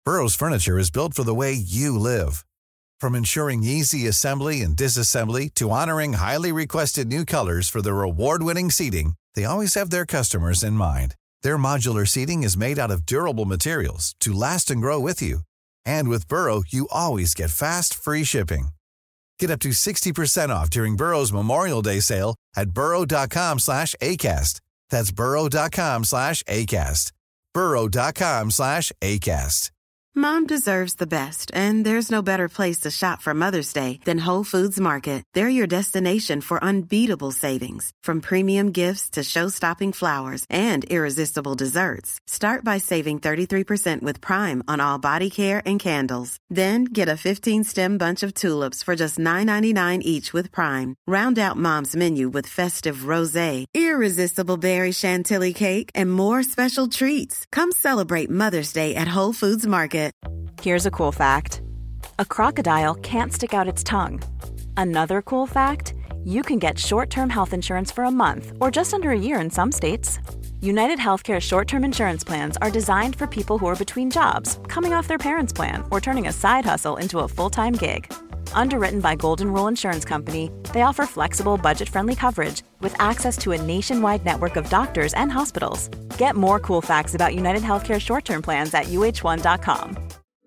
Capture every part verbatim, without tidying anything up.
Burrow's furniture is built for the way you live. From ensuring easy assembly and disassembly to honoring highly requested new colors for their award-winning seating, they always have their customers in mind. Their modular seating is made out of durable materials to last and grow with you. And with Burrow, you always get fast, free shipping. Get up to sixty percent off during Burrow's Memorial Day sale at burrow.com slash ACAST. That's burrow.com slash ACAST. burrow.com slash ACAST. Mom deserves the best, and there's no better place to shop for Mother's Day than Whole Foods Market. They're your destination for unbeatable savings, from premium gifts to show-stopping flowers and irresistible desserts. Start by saving thirty-three percent with Prime on all body care and candles. Then get a fifteen-stem bunch of tulips for just nine ninety-nine each with Prime. Round out Mom's menu with festive rosé, irresistible berry chantilly cake, and more special treats. Come celebrate Mother's Day at Whole Foods Market. Here's a cool fact. A crocodile can't stick out its tongue. Another cool fact, you can get short-term health insurance for a month or just under a year in some states. United Healthcare short-term insurance plans are designed for people who are between jobs, coming off their parents' plan, or turning a side hustle into a full-time gig. Underwritten by Golden Rule Insurance Company, they offer flexible, budget-friendly coverage with access to a nationwide network of doctors and hospitals. Get more cool facts about United Healthcare short-term plans at u h one dot com.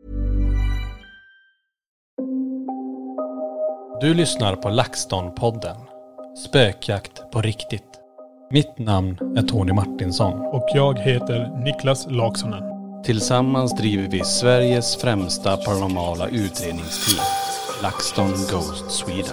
Du lyssnar på LaxTon-podden. Spökjakt på riktigt. Mitt namn är Tony Martinsson. Och jag heter Niklas Laksonen. Tillsammans driver vi Sveriges främsta paranormala utredningsteam. LaxTon Ghost Sweden.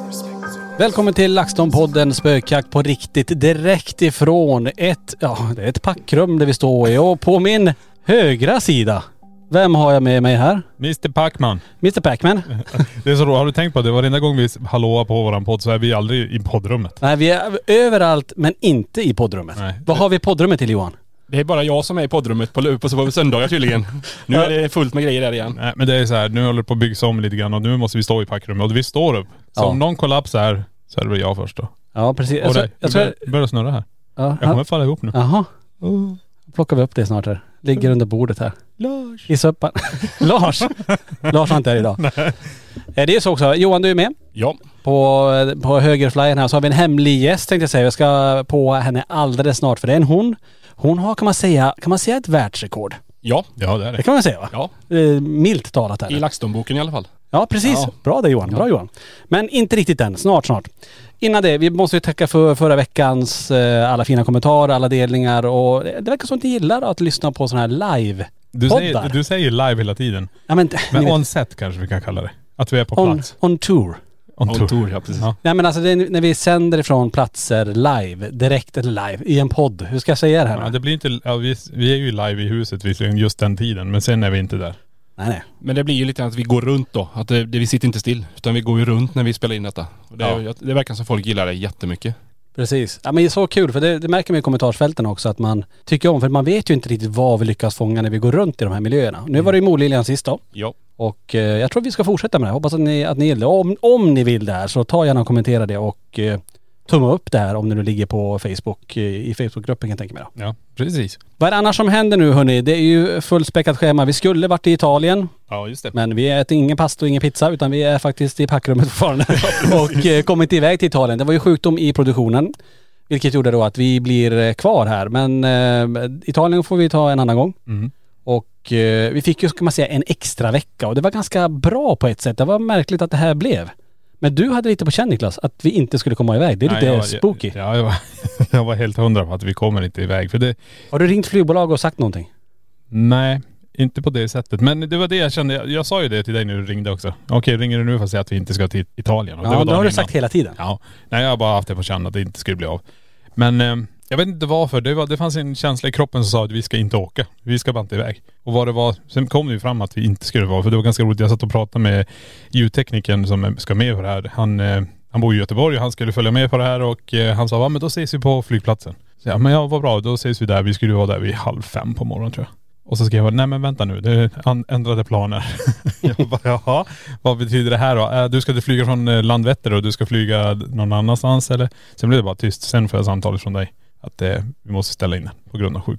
Välkommen till LaxTon-podden Spökjakt på riktigt. Direkt ifrån ett, ja, det är ett packrum där vi står i. Och på min högra sida, vem har jag med mig här? mister Pacman. mister Pacman. Det är så roligt. Har du tänkt på det? Varenda gång vi hallåar på våran podd så är vi aldrig i poddrummet. Nej, vi är överallt men inte i poddrummet. Nej. Vad har vi poddrummet till, Johan? Det är bara jag som är i poddrummet på, på, på söndagar tydligen. Nu är det fullt med grejer där igen. Nej, men det är så här, nu håller det på att byggas om lite grann och nu måste vi stå i packrummet och vi står upp. Så ja. Om någon kollapsar så är det jag först då. Ja, precis. Och det, jag tror jag börjar snurra här. Ja, jag kommer falla ihop nu. Jaha. Oh. Plockar vi upp det snart här. Ligger under bordet här. Lars. I soppan. Lars. Lars har inte här idag. Nej. Det är så också. Johan, du är med? Ja. På, på högerflyen här så har vi en hemlig gäst, tänkte jag säga. Jag ska på henne alldeles snart för det är en hon. Hon har, kan man säga, kan man säga ett världsrekord? Ja, ja det är det. Det kan man säga, va? Ja. Eh, milt talat här. I LaxTon-boken i alla fall. Ja, precis. Ja. Bra det, Johan. Bra, Johan. Men inte riktigt än. Snart, snart. Innan det, vi måste ju tacka för förra veckans eh, alla fina kommentarer, alla delningar och det verkar som att ni gillar att lyssna på sådana här live du säger, du säger live hela tiden. Ja, men men on set kanske vi kan kalla det. Att vi är på on, plats. On tour. On, on tour. tour, ja precis. Ja. Nej men alltså det är när vi sänder ifrån platser live, direkt eller live, i en podd. Hur ska jag säga det här? Ja, det blir inte, ja, vi, vi är ju live i huset visserligen just den tiden, men sen är vi inte där. Nej, nej. Men det blir ju lite att vi går runt då. Att det, det, vi sitter inte still, utan vi går ju runt när vi spelar in detta. Och det, ja. det verkar som folk gillar det jättemycket. Precis. Ja men det är så kul för det, det märker man i kommentarsfälten också att man tycker om, för man vet ju inte riktigt vad vi lyckas fånga när vi går runt i de här miljöerna. Nu var det ju Moliljan sist då. Ja. Och eh, jag tror vi ska fortsätta med det. Hoppas att ni, att ni gillar det. Om, om ni vill det här så ta gärna och kommentera det och eh, tumma upp det här om det nu ligger på Facebook, eh, i Facebookgruppen kan jag tänka mig då. Ja, precis. Vad är det annars som händer nu hörni? Det är ju fullspäckat schema. Vi skulle varit i Italien. Ja, just det. Men vi äter ingen pasta och ingen pizza utan vi är faktiskt i packrummet fortfarande. och eh, kommit iväg till Italien. Det var ju sjukdom i produktionen. Vilket gjorde då att vi blir kvar här. Men eh, Italien får vi ta en annan gång. Mm. Och eh, vi fick ju, ska man säga, en extra vecka. Och det var ganska bra på ett sätt. Det var märkligt att det här blev. Men du hade lite på känn, Niklas, att vi inte skulle komma iväg. Det är Nej, lite jag var, spooky. Ja, jag var, jag var helt hundra på att vi kommer inte iväg. För det... Har du ringt flygbolag och sagt någonting? Nej, inte på det sättet. Men det var det jag kände. Jag, jag sa ju det till dig när du ringde också. Okej, ringer du nu för att säga att vi inte ska till Italien? Och ja, det var det har du innan. sagt hela tiden. Ja, nej jag har bara haft det på känn att det inte skulle bli av. Men eh, jag vet inte varför. Det, var, det fanns en känsla i kroppen som sa att vi ska inte åka. Vi ska bara inte iväg. Och vad det var, sen kom det ju fram att vi inte skulle vara. För det var ganska roligt. Jag satt och pratade med ljudteknikern som ska med på det här. Han, eh, han bor i Göteborg och han skulle följa med på det här. Och eh, han sa, ja men då ses vi på flygplatsen. Så ja, men ja, vad bra. Då ses vi där. Vi skulle vara där vid halv fem på morgonen tror jag. Och så skrev jag, nej men vänta nu, det är ändrade planer. Jag bara, jaha, vad betyder det här då? Du ska flyga från Landvetter och du ska flyga någon annanstans eller? Sen blev det bara tyst, sen får jag samtalet från dig att eh, vi måste ställa in på grund av sjukdom.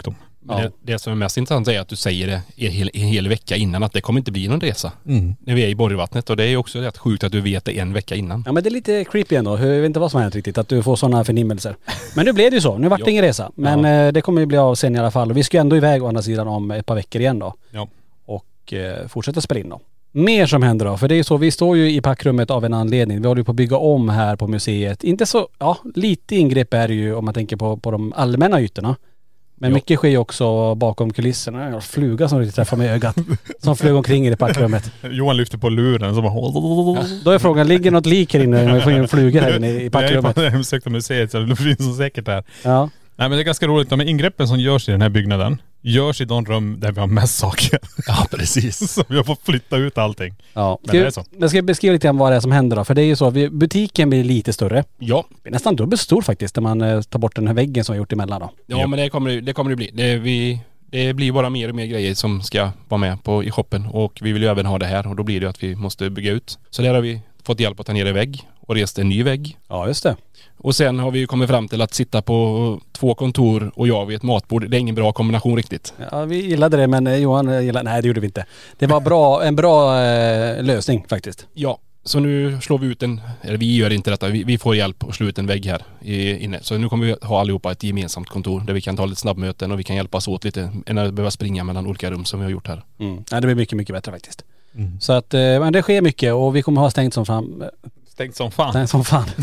Men det, det som är mest intressant är att du säger det en hel, en hel vecka innan att det kommer inte bli någon resa. Mm. När vi är i Borgvattnet, och det är också rätt sjukt att du vet det en vecka innan. Ja men det är lite creepy ändå. Jag vet inte vad som har hänt riktigt, att du får sådana förnimmelser. Men nu blev det ju så. Nu vart det ingen resa. Men ja. det kommer ju bli av sen i alla fall. Och vi ska ändå iväg å andra sidan om ett par veckor igen då. Ja. Och eh, fortsätta spela in då. Mer som händer då, för det är ju så, vi står ju i packrummet av en anledning. Vi håller ju på att bygga om här på museet. Inte så, ja, lite ingrepp är det ju om man tänker på, på de allmänna ytorna. Men jo. mycket sker ju också bakom kulisserna. En fluga som riktigt träffar mig i ögat. Som flög omkring i det packrummet. Johan lyfter på luren som bara... Ja, då är frågan, ligger något lik här inne? Man får ju en fluga här inne i packrummet. Jag har besökt museet så det finns så säkert här. Ja. Nej men det är ganska roligt. De ingreppen som görs i den här byggnaden görs i de rum där vi har mest saker. Ja precis. Så vi har fått flytta ut allting. Ja. Men det är så. Jag ska beskriva lite grann vad det är som händer då. För det är ju så, vi, butiken blir lite större. Ja. Det är nästan dubbelt stor faktiskt när man eh, tar bort den här väggen som vi har gjort emellan då. Ja, ja. men det kommer det kommer det bli. Det, vi, det blir bara mer och mer grejer som ska vara med på i shoppen. Och vi vill ju även ha det här och då blir det att vi måste bygga ut. Så där har vi fått hjälp att ta ner en vägg och rest en ny vägg. Ja just det. Och sen har vi kommit fram till att sitta på två kontor och jag vid ett matbord. Det är ingen bra kombination riktigt. Ja, vi gillade det men Johan gillade... Nej, det gjorde vi inte. Det var bra, en bra eh, lösning faktiskt. Ja, så nu slår vi ut en... Eller vi gör inte detta. Vi, vi får hjälp att slå ut en vägg här i, inne. Så nu kommer vi ha allihopa ett gemensamt kontor där vi kan ta lite snabbmöten och vi kan hjälpas åt lite när vi behöver springa mellan olika rum som vi har gjort här. Mm. Ja, det blir mycket, mycket bättre faktiskt. Mm. Så att, eh, men det sker mycket och vi kommer ha stängt som fan. Stängt som fan? Stängt som fan.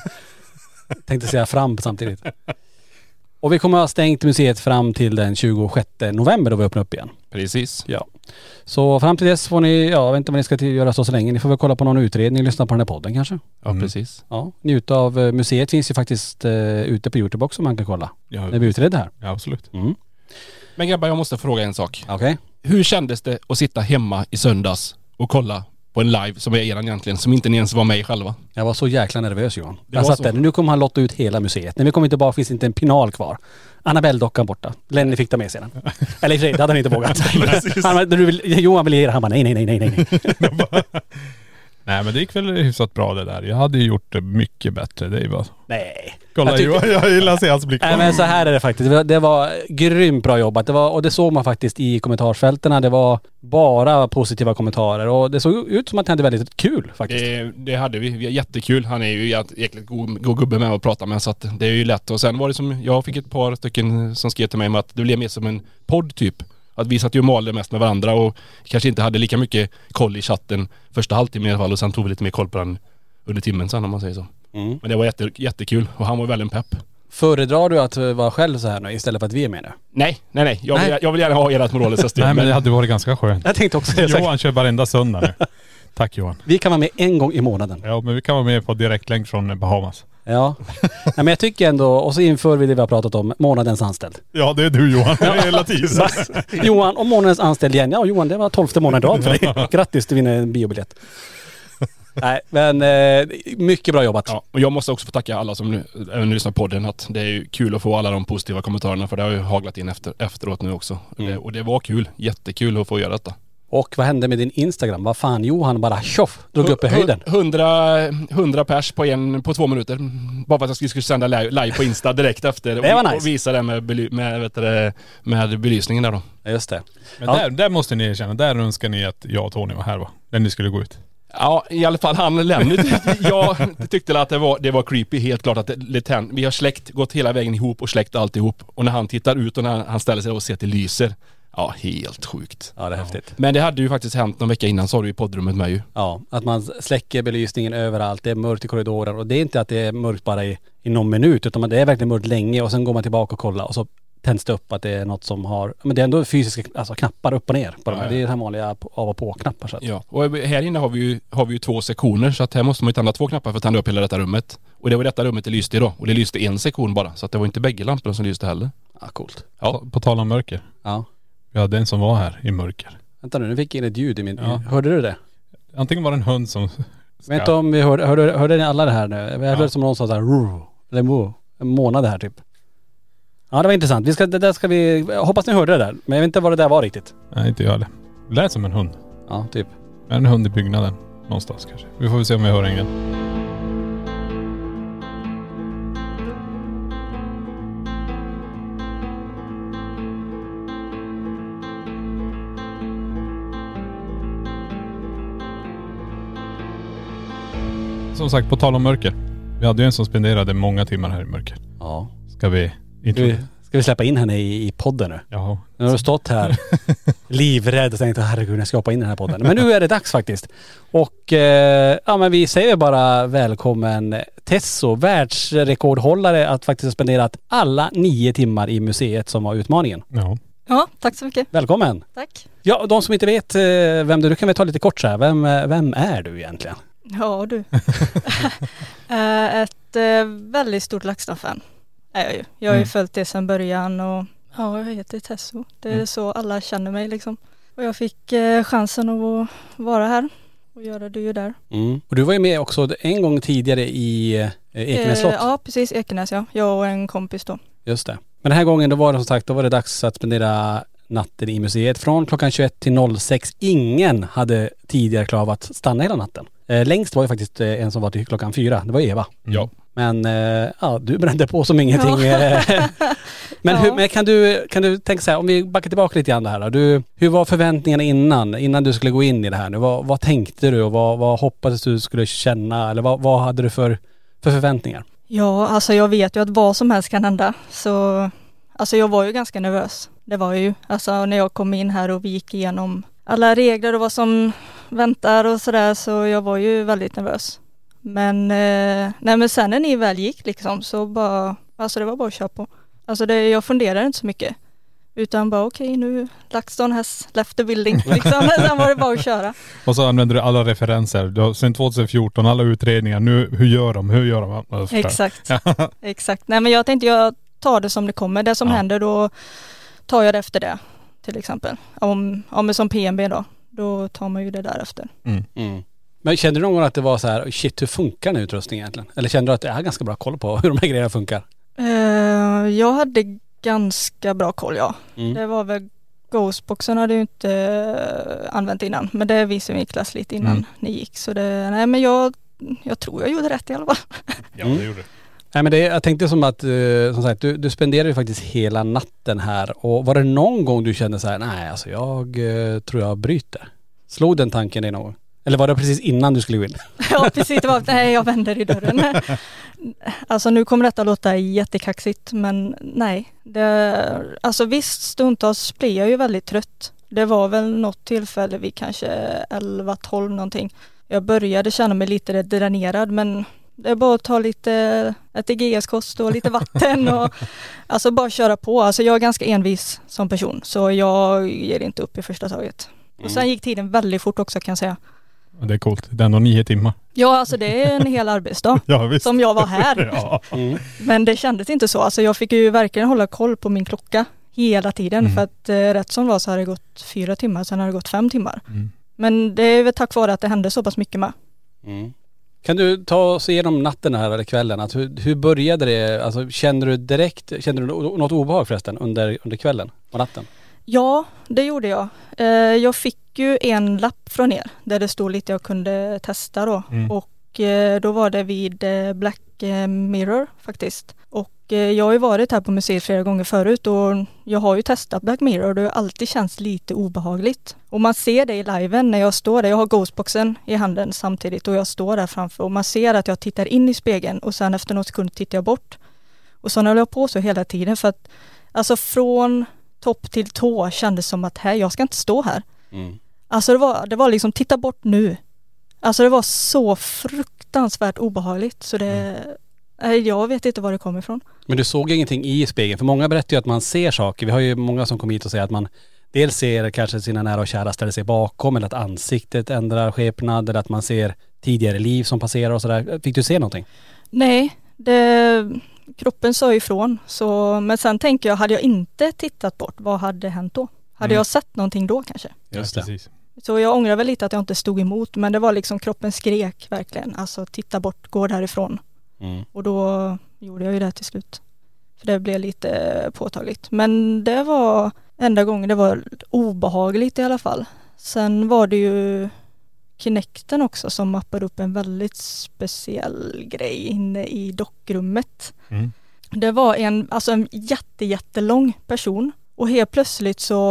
Tänkte säga fram samtidigt. Och vi kommer ha stängt museet fram till den tjugosjätte november då vi öppnar upp igen. Precis. Ja. Så fram till dess får ni, ja, jag vet inte vad ni ska göra så, så länge. Ni får väl kolla på någon utredning, lyssna på den här podden kanske. Ja, mm. precis. Ja, njuta av museet finns ju faktiskt uh, ute på YouTube också man kan kolla. Ja, när vi utreder det här. Ja, absolut. Mm. Men grabbar, jag måste fråga en sak. Okej. Okay. Hur kändes det att sitta hemma i söndags och kolla på en live som är eran egentligen, som inte ni ens var med i själva? Jag var så jäkla nervös Johan. Det jag satt där, nu kommer han lotta ut hela museet. När vi kommer tillbaka finns inte en pinal kvar. Annabelle-dockan borta. Lenny fick ta med sig den. Eller i och för sig, det hade han inte vågat. han, du vill, Johan ville ge det, han bara nej, nej, nej, nej, nej. Nej men det gick väl hyfsat bra det där. Jag hade ju gjort det mycket bättre. Det är bara... Nej. Kolla jag, tycker... jag gillar att se hans blick. Nej men så här är det faktiskt. Det var, det var grymt bra jobbat. Det var, och det såg man faktiskt i kommentarsfälterna. Det var bara positiva kommentarer. Och det såg ut som att det hade väldigt kul faktiskt. Det, det hade vi. Vi har jättekul. Han är ju jäkligt god, god gubbe med att prata med. Så att det är ju lätt. Och sen var det som, jag fick ett par stycken som skrev till mig med att det blev mer som en podd typ. Att vi satt ju och malde mest med varandra och kanske inte hade lika mycket koll i chatten första halvtimmen i alla fall. Och sen tog vi lite mer koll på den under timmen sen om man säger så. Mm. Men det var jätte, jättekul och han var väl en pepp. Föredrar du att vara själv så här nu istället för att vi är med nu? Nej, nej, nej. Jag, nej. Vill, jag vill gärna ha ert moraliskt system. Nej men det hade varit ganska skönt. Jag tänkte också det. Johan kör varenda söndag nu. Tack Johan. Vi kan vara med en gång i månaden. Ja men vi kan vara med på direktlänk från Bahamas. Ja. Nej, men jag tycker ändå, och så inför vi det vi har pratat om, månadens anställd. Ja det är du Johan, det är hela tiden. Johan, och månadens anställd igen. Ja Johan, det var tolfte månaden rad för dig. Grattis, du vinner en biobiljett. Nej men eh, mycket bra jobbat. Ja, och jag måste också få tacka alla som nu, även lyssnar på podden, att det är ju kul att få alla de positiva kommentarerna för det har ju haglat in efter, efteråt nu också. Mm. Det, och det var kul, jättekul att få göra detta. Och vad hände med din Instagram? Vad fan, Johan bara tjoff, drog upp i höjden. hundra pers på, en, på två minuter. Bara för att jag skulle sända live på Insta direkt efter. Det var nice. Och visa det med, bely, med, vet du, med belysningen där då. Just det. Men ja. där, där måste ni erkänna, där önskar ni att jag och Tony var här va? När ni skulle gå ut. Ja, i alla fall han Lenny. Jag tyckte att det var, det var creepy, helt klart att det, vi har släckt, gått hela vägen ihop och släckt alltihop. Och när han tittar ut och när han ställer sig och ser att det lyser. Ja, helt sjukt. Ja, det är häftigt. Men det hade ju faktiskt hänt någon vecka innan, sa du i poddrummet med ju. Ja, att man släcker belysningen överallt. Det är mörkt i korridoren och det är inte att det är mörkt bara i, i någon minut utan det är verkligen mörkt länge och sen går man tillbaka och kollar och så tänds det upp att det är något som har, men det är ändå fysiska alltså knappar upp och ner på ja, de här. Ja. Det är här vanliga av och på-knappar så att. Ja, och här inne har vi ju, har vi ju två sektioner så att här måste man ju tända två knappar för att tända upp hela detta rummet. Och det var detta rummet det lyste idag och det lyste en sektion bara så att det var inte bägge lamporna som lyste heller. Ja, coolt. Ja. På, på tal om mörker. Ja. Ja, den som var här i mörker. Vänta nu, nu fick jag in ett ljud i min... Ja. Hörde du det? Antingen var det en hund som... Ska... Jag vet inte om vi hörde, hörde, hörde ni alla det här nu? Jag hörde ja. som någon sa såhär... Eller en månad här typ. Ja, det var intressant. Vi ska, det där ska vi... Jag hoppas ni hörde det där. Men jag vet inte vad det där var riktigt. Nej, inte jag det. Det lät som en hund. Ja, typ. En hund i byggnaden. Någonstans kanske. Vi får väl se om vi hör ingen. som sagt, på tal om mörker. Vi hade ju en som spenderade många timmar här i mörker. Ja. Ska vi... Ska vi, ska vi släppa in henne i, i podden nu? Ja. Nu har du stått här livrädd och tänkt, herregud, jag ska hoppa in i den här podden. Men nu är det dags faktiskt. Och eh, ja, men vi säger bara välkommen Tesso, världsrekordhållare, att faktiskt ha spenderat alla nio timmar i museet som var utmaningen. Ja. Ja, tack så mycket. Välkommen. Tack. Ja, de som inte vet eh, vem du är, du kan vi ta lite kort så här. Vem, vem är du egentligen? Ja, du. uh, ett uh, väldigt stort LaxTon-fan är jag ju. Jag har ju Mm. följt det sedan början och ja, jag heter Tesso. Det är Mm. så alla känner mig liksom. Och jag fick uh, chansen att vara här och göra det ju där. Mm. Och du var ju med också en gång tidigare i eh, Ekenäs slott. Uh, ja, precis. Ekenäs, ja. Jag och en kompis då. Just det. Men den här gången då var det som sagt, då var det dags att spendera natten i museet från klockan tjugoett till noll sex. Ingen hade tidigare klarat att stanna hela natten. Eh, längst var ju faktiskt eh, en som var till klockan fyra. Det var Eva. Ja. Men eh, ja, du brände på som ingenting. Ja. men Ja. hur, men kan du, kan du tänka så här, om vi backar tillbaka lite grann här då. Du, hur var förväntningarna innan, innan du skulle gå in i det här nu? Vad, vad tänkte du och vad, vad hoppades du skulle känna? Eller vad, vad hade du för, för förväntningar? Ja, alltså jag vet ju att vad som helst kan hända. Så alltså jag var ju ganska nervös. Det var jag ju. Alltså när jag kom in här och vi gick igenom alla regler och vad som väntar och sådär, så jag var ju väldigt nervös. Men, eh, nej men sen när ni väl gick liksom så bara, alltså det var bara att köra på. Alltså det, jag funderade inte så mycket. Utan bara okej, okay, nu LaxTon has left the building liksom. Sen var det bara att köra. Och så använder du alla referenser. Du har, sen tjugohundrafjorton, alla utredningar. Nu, hur gör de? Hur gör de? Ja, Exakt. Exakt. Nej men jag tänkte jag tar det som det kommer. Det som Ja. händer då tar jag det efter det. Till exempel. Om, om som P M B då. Då tar man ju det därefter. Mm. Mm. Men kände du någon gång att det var så här, shit, hur funkar den utrustningen egentligen? Eller kände du att jag har ganska bra koll på hur de här grejerna funkar? Uh, jag hade ganska bra koll, ja. Mm. Det var väl Ghostboxen hade ju inte uh, använt innan. Men det visade Niklas lite innan Mm. ni gick. Så det, nej men jag, jag tror jag gjorde rätt i alla fall. Ja, Mm. det gjorde du. Nej men det, jag tänkte som att, eh, som sagt, du, du spenderade ju faktiskt hela natten här. Och var det någon gång du kände så här, nej alltså jag eh, tror jag bryter? Slog den tanken dig någon gång? Eller var det precis innan du skulle gå in? Ja precis, det var, nej jag vänder i dörren. Alltså nu kommer detta låta jättekaxigt, men nej. Det, alltså visst, stundtals blir jag ju väldigt trött. Det var väl något tillfälle vid kanske elva tolv någonting. Jag började känna mig lite dränerad, men det är bara att ta lite ett G S-kost och lite vatten och alltså bara köra på. Alltså jag är ganska envis som person, så jag ger inte upp i första taget. Och sen gick tiden väldigt fort också, kan jag säga. Ja, det är coolt. Det är ändå nio timmar. Ja, alltså det är en hel arbetsdag Ja, visst. som jag var här. Ja. Mm. Men det kändes inte så. Alltså jag fick ju verkligen hålla koll på min klocka hela tiden. Mm. För att eh, rätt som var så hade det gått fyra timmar, sen hade det gått fem timmar. Mm. Men det är väl tack vare att det hände så pass mycket med. Mm. Kan du ta oss igenom natten här eller kvällen? Att hur, hur började det? Alltså kände du direkt, kände du något obehag förresten under, under kvällen och natten? Ja, det gjorde jag. Eh, jag fick ju en lapp från er där det stod lite jag kunde testa då. Mm. Och eh, då var det vid eh, Black eh, Mirror faktiskt. Och eh, jag har ju varit här på museet flera gånger förut och jag har ju testat Black Mirror och det har alltid känts lite obehagligt. Och man ser det i liven när jag står där. Jag har Ghostboxen i handen samtidigt och jag står där framför och man ser att jag tittar in i spegeln och sen efter något sekund tittar jag bort. Och så håller jag på så hela tiden för att alltså från topp till tå kändes som att här, jag ska inte stå här. Mm. Alltså det var, det var liksom titta bort nu. Alltså det var så fruktansvärt obehagligt så det, mm. jag vet inte var det kommer ifrån. Men du såg ingenting i spegeln? För många berättar ju att man ser saker. Vi har ju många som kommer hit och säger att man dels ser kanske sina nära och kära ställa sig bakom eller att ansiktet ändrar skepnad eller att man ser tidigare liv som passerar och sådär. Fick du se någonting? Nej, det, kroppen sa ifrån. Så, men sen tänker jag, hade jag inte tittat bort, vad hade hänt då? Hade Mm. jag sett någonting då kanske? Just Ja, det. precis. Så jag ångrar väl lite att jag inte stod emot, men det var liksom kroppen skrek verkligen. Alltså titta bort, gå därifrån. Mm. Och då gjorde jag ju det till slut. För det blev lite påtagligt. Men det var enda gången det var obehagligt i alla fall. Sen var det ju Kinecten också som mappade upp en väldigt speciell grej inne i dockrummet. Mm. Det var en, alltså en jätte, jättelång person. Och helt plötsligt så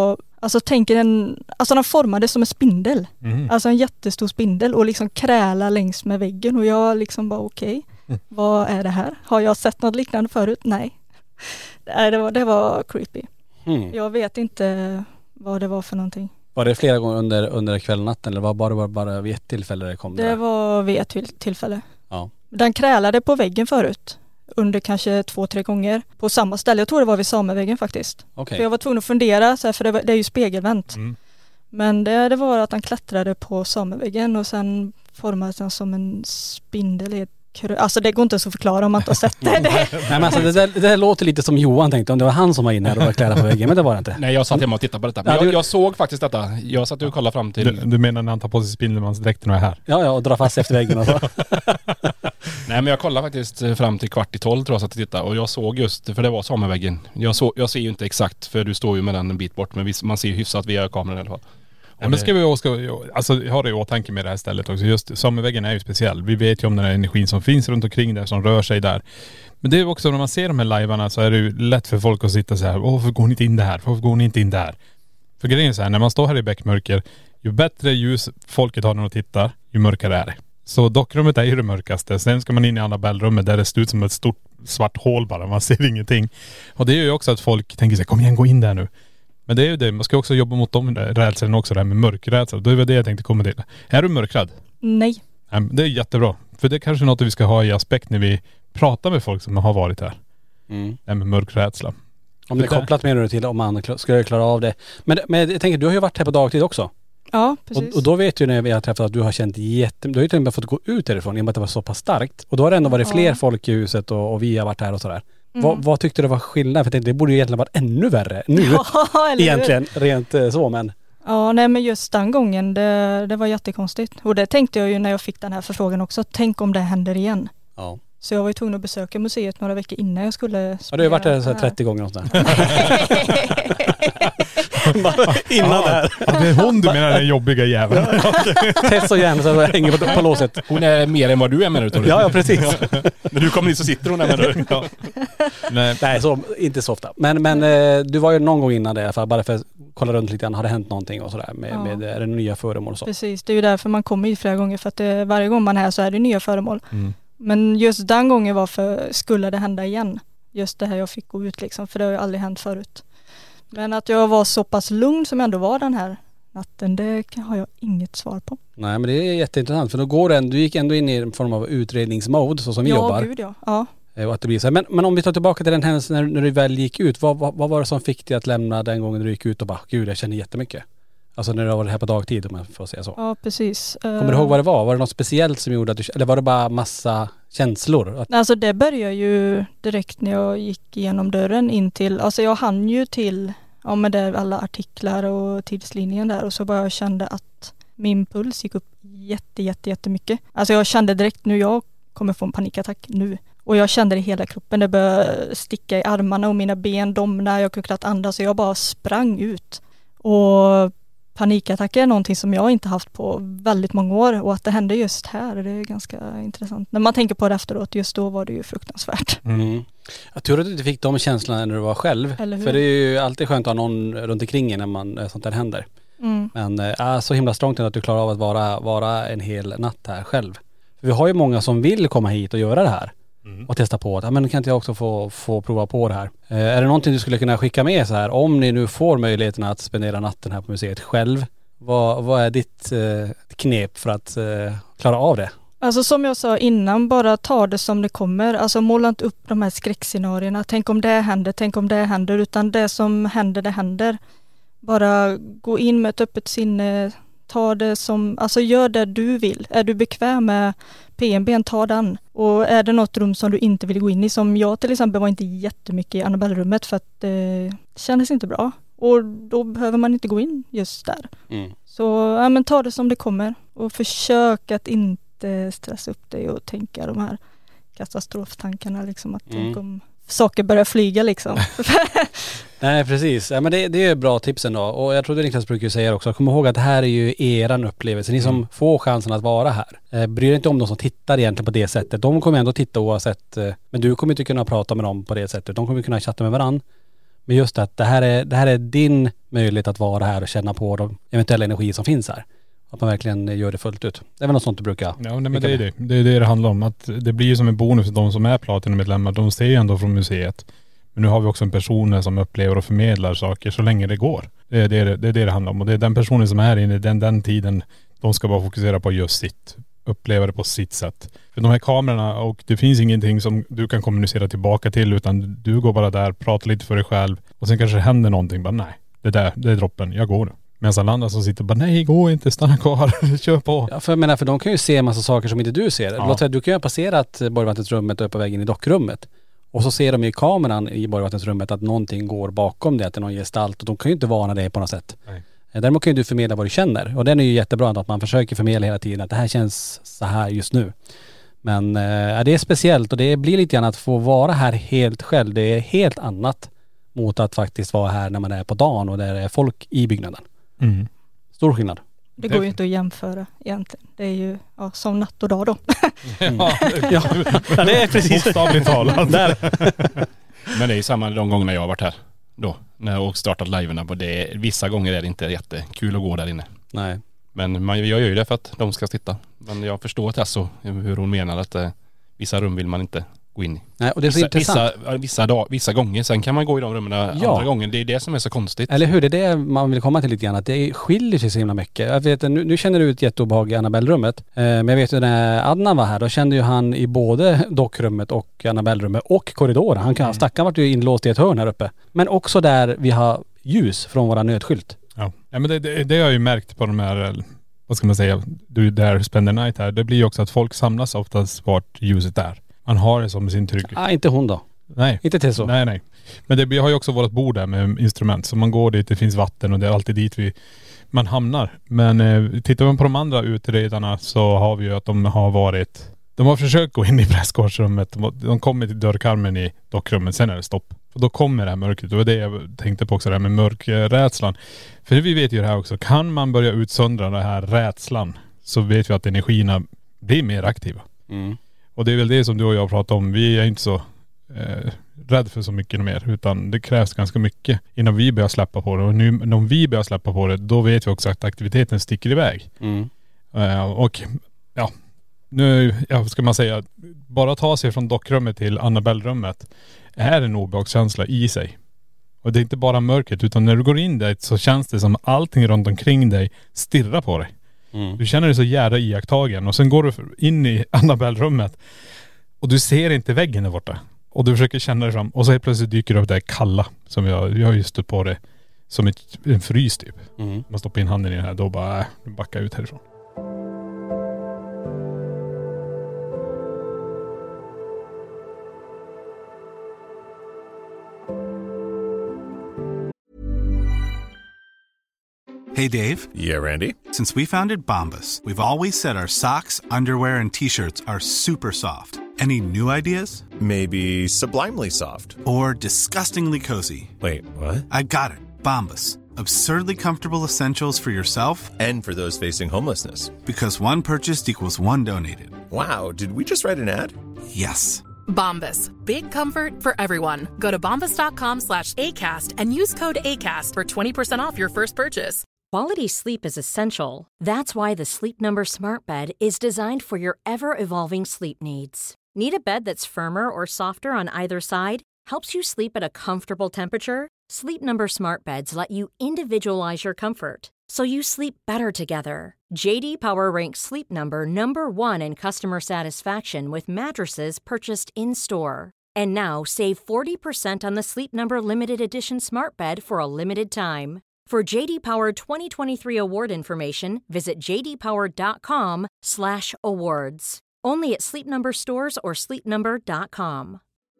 Alltså tänker en, alltså den formades som en spindel. Mm. Alltså en jättestor spindel och liksom kräla längs med väggen och jag liksom bara okej, okay, Mm. vad är det här? Har jag sett något liknande förut? Nej. Nej, det var, det var creepy. Mm. Jag vet inte vad det var för någonting. Var det flera gånger under, under kvällen natten eller var det bara, bara vid ett tillfälle det kom? Det där? var vid ett till- tillfälle. Ja. Den krälade på väggen förut. Under kanske två, tre gånger. På samma ställe. Jag tror det var vid sameväggen faktiskt. Okej. För jag var tvungen att fundera så här, för det, var, det är ju spegelvänt. Mm. Men det, det var att han klättrade på sameväggen och sen formades den som en spindel i ett krö. Alltså det går inte att förklara om man inte har sett det. det. Nej men alltså det där, det där låter lite som Johan tänkte, om det var han som var inne här och var kläder på väggen, men det var det inte. Nej, jag satt hemma och tittade på detta. Men Ja, jag, du- jag såg faktiskt detta. Jag satt och kollade fram till... Du, du menar när han tar på sig Spindelmansdräkten och är här? Ja ja, och dra fast efter väggen och så. Nej, men jag kollade faktiskt eh, fram till kvart i tolv tror jag, satt och tittade. Och jag såg just, för det var sameväggen. Jag, så, jag ser ju inte exakt, för du står ju med den en bit bort. Men vi, man ser ju hyfsat via kameran i alla fall. Ja, men ska vi också, alltså jag har det i åtanke med det här stället också. Just sameväggen är ju speciell. Vi vet ju om den här energin som finns runt omkring där, som rör sig där. Men det är också när man ser de här livearna så är det ju lätt för folk att sitta så här. Åh, varför går ni inte in där? Varför går ni inte in där? För grejen är så här, när man står här i bäckmörker, ju bättre ljus folket har när de tittar, ju mörkare är det. Så dockrummet är ju det mörkaste. Sen ska man in i Annabelle-rummet där det ser ut som ett stort svart hål bara. Man ser ingenting. Och det är ju också att folk tänker sig, kom igen, gå in där nu. Men det är ju det, man ska också jobba mot de rädseln också, det här med mörkrädsla. Det är det jag tänkte komma till. Är du mörkrädd? Nej. Nej, men det är jättebra. För det är kanske något vi ska ha i aspekt när vi pratar med folk som har varit här. Mm. Det här med mörkrädsla. Om det är kopplat med till om man kl- ska klara av det. Men, men jag tänker, du har ju varit här på dagtid också. Ja, precis. Och, och då vet du när vi har träffat att du har känt jätte... Du har ju till och med fått gå ut därifrån i och med att det var så pass starkt. Och då har det ändå varit fler Ja. folk i huset och, och vi har varit här och sådär. Mm. Vad, vad tyckte du var skillnad? För jag tänkte, det borde ju egentligen varit ännu värre nu. Ja, eller hur? Egentligen, rent eh, så men... Ja, nej men just den gången, det, det var jättekonstigt. Och det tänkte jag ju när jag fick den här förfrågan också. Tänk om det händer igen. Ja. Så jag var ju tvungen att besöka museet några veckor innan jag skulle Ja, du har ju varit där så här trettio gånger och sådär. Innan Ja, där. ja, det är hon du menar, den jobbiga jäveln. Tess och järn så hänger på, på låset. Hon är mer än vad du är, menar du, Tore? Ja, ja precis. När du kommer in så sitter hon där, menar du? Ja. Nej. Nej, så, inte så ofta. Men, men eh, du var ju någon gång innan det i alla fall, bara för att kolla runt lite grann. Har det hänt någonting och sådär med, Ja. med, är det nya föremål och så? Precis, det är ju därför man kommer ju flera gånger. För att det, varje gång man är här så är det nya föremål. Mm. Men just den gången var för, skulle det hända igen? Just det här jag fick gå ut liksom, för det har ju aldrig hänt förut. Men att jag var så pass lugn som jag ändå var den här natten, det har jag inget svar på. Nej, men det är jätteintressant för då går det, du gick ändå in i en form av utredningsmode så som vi ja, jobbar. Gud, ja, ja. Eh, och att det blir så här. Men, men om vi tar tillbaka till den händelsen när, när du väl gick ut, vad, vad, vad var det som fick dig att lämna den gången du gick ut och bara, gud jag känner jättemycket? Alltså när du var här på dagtid om man får säga så. Ja, precis. Kommer du ihåg vad det var? Var det något speciellt som gjorde att du, eller var det bara massa känslor? Att, Alltså det började ju direkt när jag gick igenom dörren in till, alltså jag hann ju till, ja men det alla artiklar och tidslinjen där och så bara jag kände att min puls gick upp jätte, jätte, jättemycket. Alltså jag kände direkt nu, jag kommer få en panikattack nu. Och jag kände det i hela kroppen, det började sticka i armarna och mina ben domnade, jag kunde knappt andas så jag bara sprang ut. Och panikattacker är någonting som jag inte haft på väldigt många år och att det hände just här, det är ganska intressant. När man tänker på det efteråt, just då var det ju fruktansvärt. mm. Jag tror att du inte fick de känslorna när du var själv. Eller hur? För det är ju alltid skönt att ha någon runt omkring en när man, när sånt där händer. Mm. Men äh, så himla strångt att du klarar av att vara, vara en hel natt här själv. För vi har ju många som vill komma hit och göra det här. Mm. Och testa på att, ja men kan inte jag också få, få prova på det här? Eh, är det någonting du skulle kunna skicka med så här, om ni nu får möjligheten att spendera natten här på museet själv? Vad, vad är ditt eh, knep för att eh, klara av det? Alltså som jag sa innan, bara ta det som det kommer. Alltså måla inte upp de här skräckscenarierna. Tänk om det händer, tänk om det händer. Utan det som händer, det händer. Bara gå in med ett öppet sinne. Ta det som, alltså gör det du vill. Är du bekväm med P M B, ta den. Och är det något rum som du inte vill gå in i, som jag till exempel var inte jättemycket i Annabelle-rummet för att det eh, kändes inte bra. Och då behöver man inte gå in just där. Mm. Så ja, men ta det som det kommer. Och försök att inte stressa upp dig och tänka de här katastroftankarna liksom. Att Mm. tänk om saker börjar flyga liksom. Nej precis, ja, men det, det är bra tips ändå. Och jag tror det Niklas brukar säga också, kom ihåg att det här är ju eran upplevelse. Ni som Mm. får chansen att vara här. Eh, bryr er inte om de som tittar egentligen på det sättet. De kommer ändå titta oavsett, eh, men du kommer inte kunna prata med dem på det sättet. De kommer kunna chatta med varandra. Men just att det här är, det här är din möjlighet att vara här och känna på de eventuella energi som finns här. Att man verkligen gör det fullt ut. Det är väl något sånt du brukar... Ja, nej, men det är det. Det är det det handlar om. Att det blir ju som en bonus för de som är Platinum-medlemmar. De ser ju ändå från museet. Men nu har vi också en person som upplever och förmedlar saker så länge det går. Det är det det, är det, det handlar om. Och det är den personen som är inne i den, den tiden. De ska bara fokusera på just sitt. Uppleva det på sitt sätt. För de här kamerorna, och det finns ingenting som du kan kommunicera tillbaka till, utan du går bara där, pratar lite för dig själv. Och sen kanske det händer någonting. Bara nej, det där, det är droppen. Jag går nu. Medan alla andra som sitter bara, nej gå inte, stanna kvar, kör på. Ja, för jag menar, för de kan ju se en massa saker som inte du ser. Ja. Låt säga, du kan ju ha passerat Borgvattensrummet och är på väg in i dockrummet. Och så ser de i kameran i Borgvattensrummet att någonting går bakom det, att det är någon gestalt. Och de kan ju inte varna dig på något sätt. Nej. Däremot kan ju du förmedla vad du känner. Och den är ju jättebra att man försöker förmedla hela tiden att det här känns så här just nu. Men äh, det är speciellt och det blir lite grann att få vara här helt själv. Det är helt annat mot att faktiskt vara här när man är på dagen och där är folk i byggnaden. Mm. Stor skillnad. Det går ju inte att jämföra egentligen. Det är ju ja, som natt och dag då. Mm. Ja, ja, det är precis. Bokstavligt talat. Där. Men det är ju samma de gångerna jag har varit här. Då, när jag har startat livearna. Det är, vissa gånger är det inte jättekul att gå där inne. Nej. Men man, jag gör ju det för att de ska titta. Men jag förstår Tesso hur hon menar att eh, vissa rum vill man inte gå in i. Nej, och det är så vissa, intressant. Vissa, vissa, dag, vissa gånger. Sen kan man gå i de rummen Ja. andra gånger. Det är det som är så konstigt. Eller hur, det är det man vill komma till lite grann. Att det skiljer sig så himla mycket. Jag vet, nu, nu känner du ett jätteobehag i Annabelle-rummet. Eh, men jag vet ju när Adnan var här, då kände ju han i både dockrummet och Annabelle-rummet och korridoren. Han kan, mm. stackaren vart ju inlåst i ett hörn här uppe. Men också där vi har ljus från våra nödskylt. Ja, ja men det, det, det har jag ju märkt på de här, vad ska man säga, du där spender night här. Det blir ju också att folk samlas oftast vart ljuset är. Man har det som sin trygghet. Ah, inte hon då. Nej. Inte till så. Nej, nej. Men det, vi har ju också vårt bord där med instrument. Så man går dit, det finns vatten och det är alltid dit vi man hamnar. Men eh, tittar man på de andra utredarna så har vi ju att de har varit, de har försökt gå in i prästgårdsrummet. De, de kommer till dörrkarmen i dockrummet, sen är det stopp. Och då kommer det här mörkret. Det var det jag tänkte på också, det här med mörkrädslan. För vi vet ju det här också. Kan man börja utsöndra den här rädslan så vet vi att energierna blir mer aktiva. Mm. Och det är väl det som du och jag pratar om. Vi är inte så eh, rädd för så mycket mer. Utan det krävs ganska mycket innan vi börjar släppa på det. Och nu när vi börjar släppa på det, då vet vi också att aktiviteten sticker iväg. Mm. Eh, och ja, nu ja, ska man säga, bara ta sig från dockrummet till Annabelle-rummet är en obehagskänsla i sig. Och det är inte bara mörkret, utan när du går in där så känns det som allting runt omkring dig stirrar på dig. Mm. Du känner dig så jävla iakttagen och sen går du in i Annabelle-rummet och du ser inte väggen där borta. Och du försöker känna dig fram och så helt plötsligt dyker det upp det här kalla som jag, jag har just stött på det som ett, en frys typ. Mm. Man stoppar in handen i den här, då bara äh, backa ut härifrån. Hey, Dave. Yeah, Randy. Since we founded Bombas, we've always said our socks, underwear, and T-shirts are super soft. Any new ideas? Maybe sublimely soft. Or disgustingly cozy. Wait, what? I got it. Bombas. Absurdly comfortable essentials for yourself and for those facing homelessness. Because one purchased equals one donated. Wow, did we just write an ad? Yes. Bombas. Big comfort for everyone. Go to bombas.com slash ACAST and use code ACAST for twenty percent off your first purchase. Quality sleep is essential. That's why the Sleep Number Smart Bed is designed for your ever-evolving sleep needs. Need a bed that's firmer or softer on either side? Helps you sleep at a comfortable temperature? Sleep Number Smart Beds let you individualize your comfort, so you sleep better together. J D Power ranks Sleep Number number one in customer satisfaction with mattresses purchased in-store. And now save forty percent on the Sleep Number Limited Edition Smart Bed for a limited time. For J D Power twenty twenty-three award information, visit jdpower.com slash awards. Only at Sleep Number stores or sleep number dot com.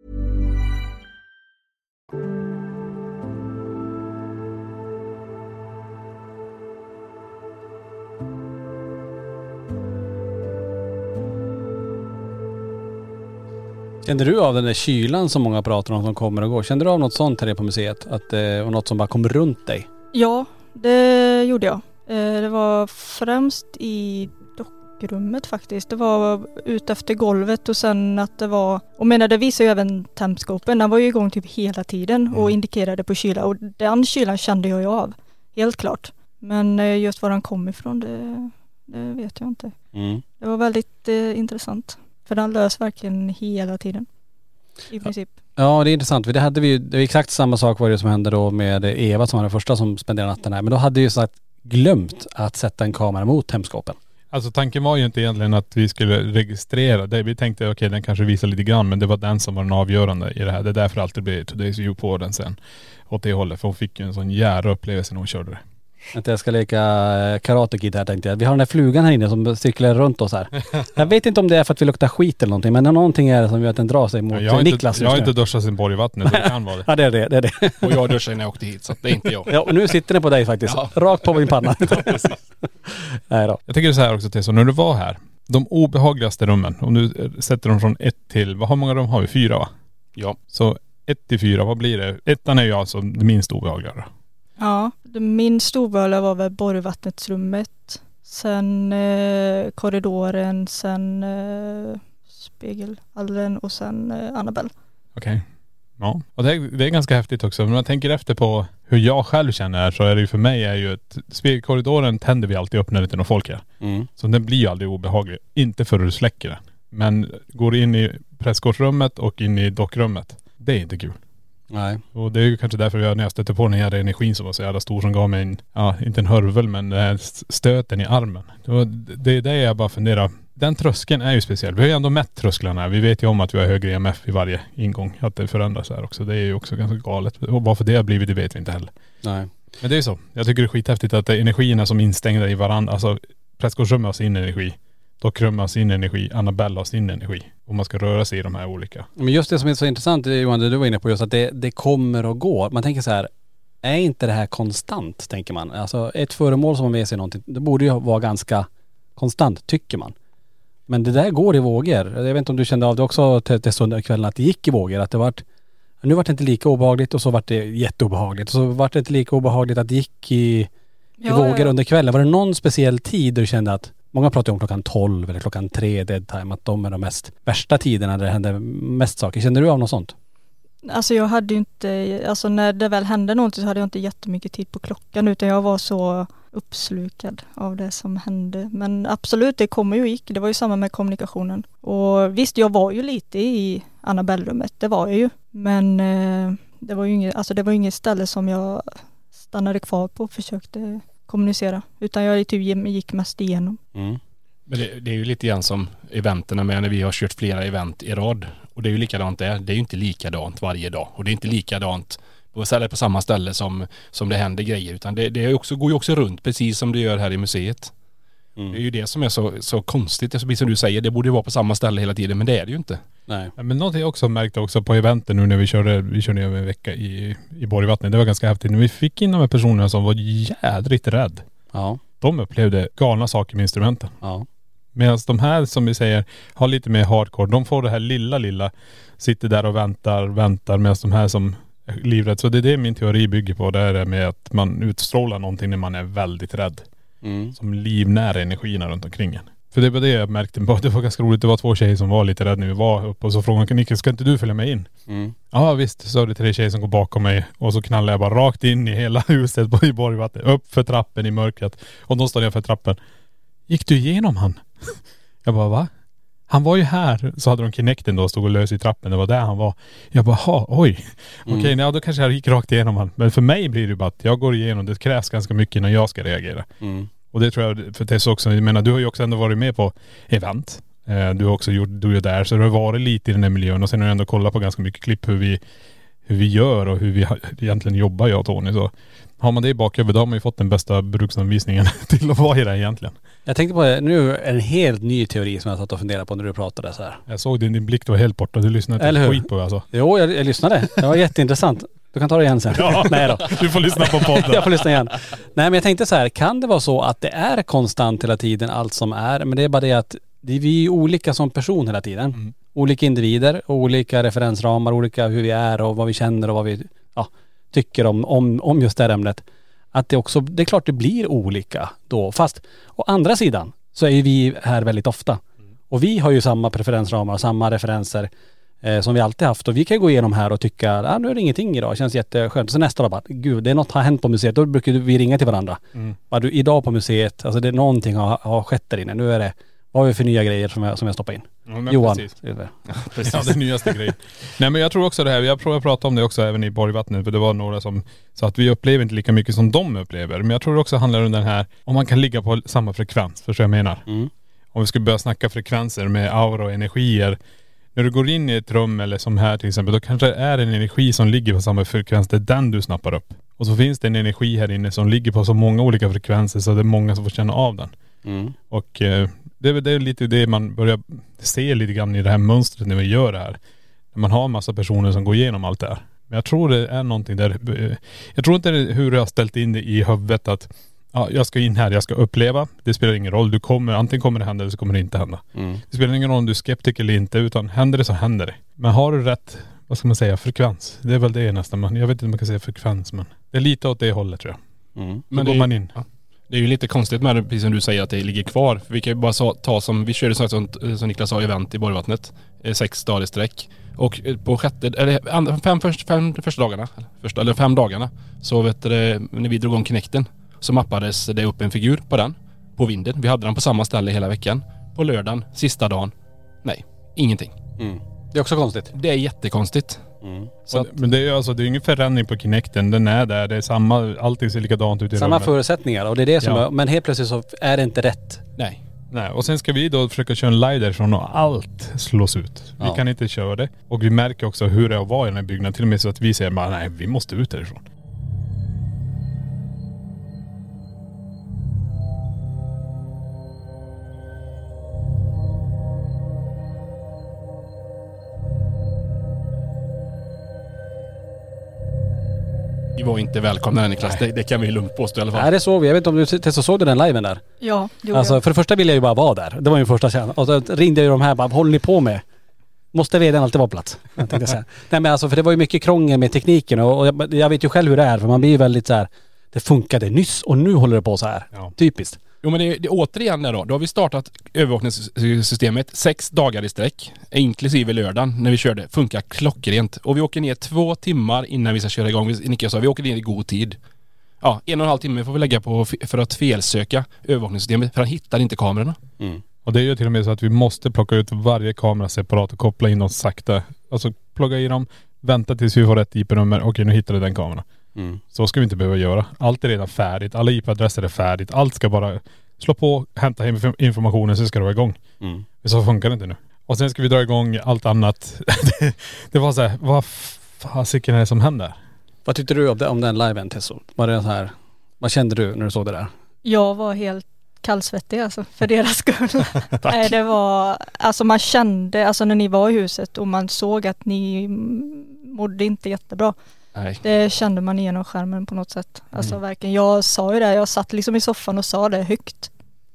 Kände du av den där kylan som många pratar om som kommer och går? Kände du av något sånt här på museet? Att, och något som bara kom runt dig? Ja, det gjorde jag. Det var främst i dockrummet faktiskt. Det var ut efter golvet och sen att det var, och menar det visar ju även tempskåpen. Den var ju igång typ hela tiden och mm. indikerade på kyla. Och den kylan kände jag ju av, helt klart. Men just var den kom ifrån, det, det vet jag inte. Mm. Det var väldigt eh, intressant. För den lös verkligen hela tiden. I princip. Ja, det är intressant. För det hade vi ju, det var exakt samma sak var det som hände då med Eva som var den första som spenderade natten här. Men då hade ju sagt glömt att sätta en kamera mot hemskåpen. Alltså tanken var ju inte egentligen att vi skulle registrera det. Vi tänkte okej, okay, den kanske visar lite grann, men det var den som var den avgörande i det här. Det är därför alltid blev Today's View på den sen. Åt det hållet. För hon fick ju en sån jävla upplevelse när hon körde det. Att jag ska leka Karate Kid här tänkte jag. Vi har den här flugan här inne som cyklar runt oss här. Jag vet inte om det är för att vi luktar skit eller någonting, men någonting är det som gör att den drar sig mot jag Niklas. Inte, jag har inte duschat sin borg i vattnet, så det kan vara det. Ja, det är det, det är det. Och jag duschade när jag åkte hit, så det är inte jag. Ja, och nu sitter den på dig faktiskt. Ja. Rakt på min panna. Ja, nej då. Jag tycker det är så här också till, så när du var här, de obehagligaste rummen, om du sätter dem från ett till, vad har många rum har vi? Fyra va? Ja. Så ett till fyra, vad blir det? Ettan är ju alltså det minst obehagliga. Ja, det minst obehagliga var väl borgvattnetsrummet. Sen eh, korridoren, sen eh, spegelhallen och sen eh, Annabelle. Okej. Okay. Ja, och det är, det är ganska häftigt också. När man tänker efter på hur jag själv känner så är det ju för mig är ju att spegelkorridoren tänder vi alltid upp när det inte är någon folk här. Mm. Så den blir ju aldrig obehaglig. Inte förrän du släcker den. Men går in i presskortsrummet och in i dockrummet, det är inte kul. Nej. Och det är ju kanske därför jag när jag stötte på den här energin som var så jävla stor som gav mig en, ja inte en hörvel men den här stöten i armen. Det är det jag bara funderar. Den tröskeln är ju speciell. Vi har ju ändå mätt trösklarna. Vi vet ju om att vi har högre E M F i varje ingång. Att det förändras här också. Det är ju också ganska galet. Och varför det har blivit det vet vi inte heller. Nej. Men det är ju så. Jag tycker det är skithäftigt att det är energierna som är instängda i varandra. Alltså presskortsrummet har sin energi. Dockrummet har sin energi. Annabelle har sin energi. Och man ska röra sig i de här olika. Men just det som är så intressant Johan, det du var inne på just att det, det kommer och går. Man tänker så här, är inte det här konstant tänker man? Alltså ett föremål som har med sig någonting, det borde ju vara ganska konstant tycker man. Men det där går i vågor. Jag vet inte om du kände av det också till, till söndagskvällen att det gick i vågor. Att det vart, nu vart det inte lika obehagligt och så vart det jätteobehagligt. Och så vart det inte lika obehagligt att det gick i, i ja, vågor ja. under kvällen. Var det någon speciell tid du kände att, många pratar ju om klockan tolv eller klockan tre dead time, att de är de mest värsta tiderna där det händer mest saker. Kände du av något sånt? Alltså jag hade ju inte, alltså när det väl hände någonting så hade jag inte jättemycket tid på klockan utan jag var så uppslukad av det som hände. Men absolut, det kommer ju och gick. Det var ju samma med kommunikationen. Och visst, jag var ju lite i Annabelle-rummet, det var jag ju. Men eh, det var ju inget, alltså det var inget ställe som jag stannade kvar på och försökte kommunicera. Utan jag typ gick mest igenom. Mm. Men det, det är ju lite grann som eventerna med när vi har kört flera event i rad. Och det är ju likadant där. Det är ju inte likadant varje dag. Och det är inte likadant på, på samma ställe som, som det händer grejer. Utan det, det är också, går ju också runt precis som det gör här i museet. Mm. Det är ju det som är så, så konstigt. Precis som du säger, det borde vara på samma ställe hela tiden. Men det är det ju inte. Nej. Ja, men något jag också märkte också på eventen nu när vi körde, vi körde över en vecka i, i Borgvattnet. Det var ganska häftigt. När vi fick in de här personerna som var jädrigt rädd. Ja. De upplevde galna saker med instrumenten. Ja. Medan de här som vi säger har lite mer hardcore. De får det här lilla, lilla. Sitter där och väntar, väntar. Medan de här som är livrädd. Så det är det min teori bygger på. Det är det med att man utstrålar någonting när man är väldigt rädd. Mm. Som livnär energierna runt omkring en. För det var det jag märkte. Det var ganska roligt. Det var två tjejer som var lite rädda när vi var uppe. Och så frågade Nicke, ska inte du följa med in? Mm. Ja visst. Så är det tre tjejer som går bakom mig. Och så knallade jag bara rakt in i hela huset i Borgvattnet. Upp för trappen i mörkret. Och då stod jag för trappen. Gick du igenom han? Jag bara, va? Han var ju här. Så hade de Kinecten då, stod och lös i trappen. Det var där han var. Jag bara, ha, oj. Mm. Okej, ja, då kanske jag gick rakt igenom han. Men för mig blir det bara att jag går igenom. Det krävs ganska mycket innan jag ska reagera. Mm. Och det tror jag, för Tess också, jag menar, du har ju också ändå varit med på event. Du har också gjort, du är där. Så du har varit lite i den här miljön. Och sen har du ändå kollat på ganska mycket klipp hur vi, hur vi gör och hur vi egentligen jobbar, jag och Tony. Så har man det i bakhuvudet, då har man ju fått den bästa bruksanvisningen till att vara i det egentligen. Jag tänkte på det, nu en helt ny teori som jag satt och funderade på när du pratade så här. Jag såg din, din blick, du var helt borta. Du lyssnade inte skit på alltså. Jo, jag, jag lyssnade. Det var jätteintressant. Du kan ta det igen sen. Ja, nej då. Du får lyssna på podden. Jag får lyssna igen. Nej, men jag tänkte så här, kan det vara så att det är konstant hela tiden allt som är, men det är bara det att det är vi olika som person hela tiden. Mm. Olika individer, olika referensramar, olika hur vi är och vad vi känner och vad vi ja, tycker om, om, om just det här ämnet. Att det också, det är klart det blir olika då. Fast å andra sidan så är ju vi här väldigt ofta. Mm. Och vi har ju samma preferensramar, samma referenser eh, som vi alltid haft. Och vi kan gå igenom här och tycka, ah, nu är det ingenting idag, känns jätteskönt. Så nästa dag bara, gud det är något har hänt på museet. Då brukar vi ringa till varandra. Mm. Bara, du, idag på museet, alltså det är någonting har, har skett där inne. Nu är det, vad har vi för nya grejer som jag, som jag stoppar in? Ja, Johan. Precis. Ja, precis. Ja, det nyaste grejen. Nej men jag tror också det här, jag tror jag pratade om det också även i Borgvattnet, för det var några som sa att vi upplever inte lika mycket som de upplever. Men jag tror det också handlar om den här, om man kan ligga på samma frekvens, för så jag menar. Mm. Om vi skulle börja snacka frekvenser med aura och energier. När du går in i ett rum eller som här till exempel, då kanske det är en energi som ligger på samma frekvens, det är den du snappar upp. Och så finns det en energi här inne som ligger på så många olika frekvenser så det är många som får känna av den. Mm. Och eh, det, är, det är lite det man börjar se lite grann i det här mönstret när vi gör det här. När man har en massa personer som går igenom allt det här. Men jag tror det är någonting där, eh, jag tror inte det är hur jag har ställt in det i huvudet att ja, jag ska in här, jag ska uppleva. Det spelar ingen roll. Du kommer, antingen kommer det hända eller så kommer det inte hända. Mm. Det spelar ingen roll om du är skeptiker eller inte, utan händer det så händer det. Men har du rätt, vad ska man säga, frekvens? Det är väl det nästan. Man, jag vet inte om man kan säga frekvens, men det är lite åt det hållet tror jag. Mm. Men går man in. Ja. Det är ju lite konstigt med det, precis som du säger, att det ligger kvar. För vi kan ju bara så, ta som, vi körde som, som Niklas sa, event i Borgvattnet. Sex dagar i sträck. Och på sjätte, eller fem, fem, fem första dagarna, första, eller fem dagarna, så vet du, när vi drog om Kinecten, så mappades det upp en figur på den, på vinden. Vi hade den på samma ställe hela veckan. På lördagen, sista dagen, nej, ingenting. Mm. Det är också konstigt. Det är jättekonstigt. Mm. Så att, men det är ju alltså, det är ingen förändring på Kinecten. Den är där, det är samma, allting ser likadant ut i samma rummet. Förutsättningar och det är det som ja. är, men helt plötsligt så är det inte rätt. Nej. Nej, och sen ska vi då försöka köra en live därifrån och allt slås ut. Ja. Vi kan inte köra det. Och vi märker också hur det är att vara i den här byggnaden. Till och med så att vi säger bara, nej, vi måste ut därifrån. Vi var inte välkomna här, Niklas, det, det kan vi lugnt påstå i alla fall. Nej, det såg vi. Jag vet inte om du Tessa såg den liven där? Ja, det gjorde Alltså jag. för det första ville jag ju bara vara där. Det var min första känsla. Och så ringde jag ju de här bara, håller ni på med? Måste vdn alltid vara på plats? Jag tänkte säga. Nej men alltså, för det var ju mycket krångel med tekniken och, och jag, jag vet ju själv hur det är. För man blir ju väldigt så här, det funkade nyss och nu håller det på så här. Ja. Typiskt. Jo men det, det återigen där då, då har vi startat övervakningssystemet sex dagar i sträck, inklusive lördagen när vi körde, funkar klockrent. Och vi åker ner två timmar innan vi ska köra igång. Nicke sa, vi åker ner i god tid. Ja, en och en halv timme får vi lägga på för att felsöka övervakningssystemet, för han hittar inte kamerorna. Mm. Och det är ju till och med så att vi måste plocka ut varje kamera separat och koppla in dem sakta. Alltså plugga i dem, vänta tills vi får rätt I P-nummer. Okej, nu hittade den kameran. Mm. Så ska vi inte behöva göra. Allt är redan färdigt. Alla I P-adresser är färdigt. Allt ska bara slå på, hämta hem informationen, så ska det vara igång. Mm. Så funkar det inte nu. Och sen ska vi dra igång allt annat. det, det var så här, vad fasiken är det som händer? Vad tyckte du om, det, om den liven, Tesso? Var det så här, vad kände du när du såg det där? Jag var helt kallsvettig alltså, för deras skull. Nej, det var, alltså man kände, alltså när ni var i huset och man såg att ni mådde inte jättebra. Nej. Det kände man igenom skärmen på något sätt. Alltså mm. verkligen, jag sa ju det, jag satt liksom i soffan och sa det högt.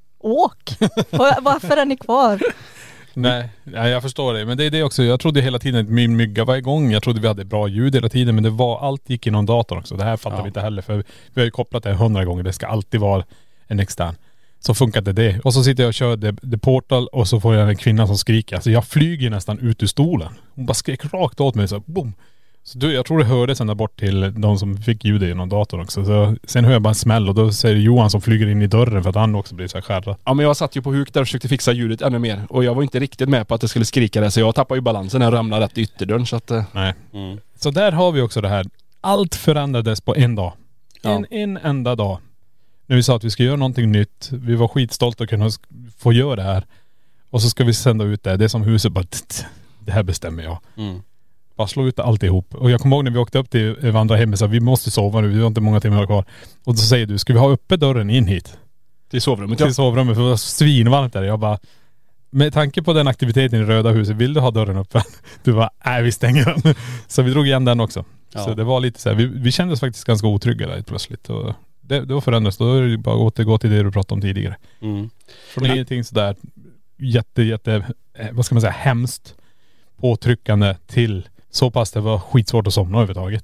Åk! Varför är ni kvar? Nej, nej, jag förstår det. Men det är det också. Jag trodde hela tiden att min mygga var igång. Jag trodde vi hade bra ljud hela tiden. Men det var, allt gick inom datorn också. Det här fattar ja. vi inte heller. För vi har ju kopplat det hundra gånger. Det ska alltid vara en extern. Så funkade det. Och så sitter jag och kör The, the Portal och så får jag en kvinna som skriker. Alltså jag flyger nästan ut ur stolen. Hon bara skrek rakt åt mig så boom. Så du, jag tror det hördes ända bort till de som fick ljudet genom datorn också. Så sen hör jag bara en smäll och då säger Johan som flyger in i dörren för att han också blir så här skärrad. Ja, men jag satt ju på huk där och försökte fixa ljudet ännu mer. Och jag var inte riktigt med på att det skulle skrika det. Så jag tappade ju balansen när jag ramlade rätt i ytterdörren. Så att... Nej. Mm. Så där har vi också det här. Allt förändrades på en dag. Ja. En, en enda dag. När vi sa att vi ska göra någonting nytt. Vi var skitstolta att kunna få göra det här. Och så ska vi sända ut det. Det är som huset bara... Det här bestämmer jag. Mm. Bara slå ut alltihop. Och jag kommer ihåg när vi åkte upp till vandrarhemmet så vi måste sova nu. Vi har inte många timmar kvar. Och så säger du, ska vi ha uppe dörren in hit? Till sovrummet? Till ja. sovrummet, för det var svinvarmt där. Jag bara, med tanke på den aktiviteten i Röda huset, vill du ha dörren uppe? Du bara, nej vi stänger den. Så vi drog igen den också. Ja. Så det var lite så här, vi, vi kände oss faktiskt ganska otrygga där plötsligt. Och det, det var förändras. Då är det bara att återgå till det du pratade om tidigare. Mm. Från ja. ingenting sådär jätte, jätte, vad ska man säga, hemskt påtryckande till så pass det var skitsvårt att somna överhuvudtaget.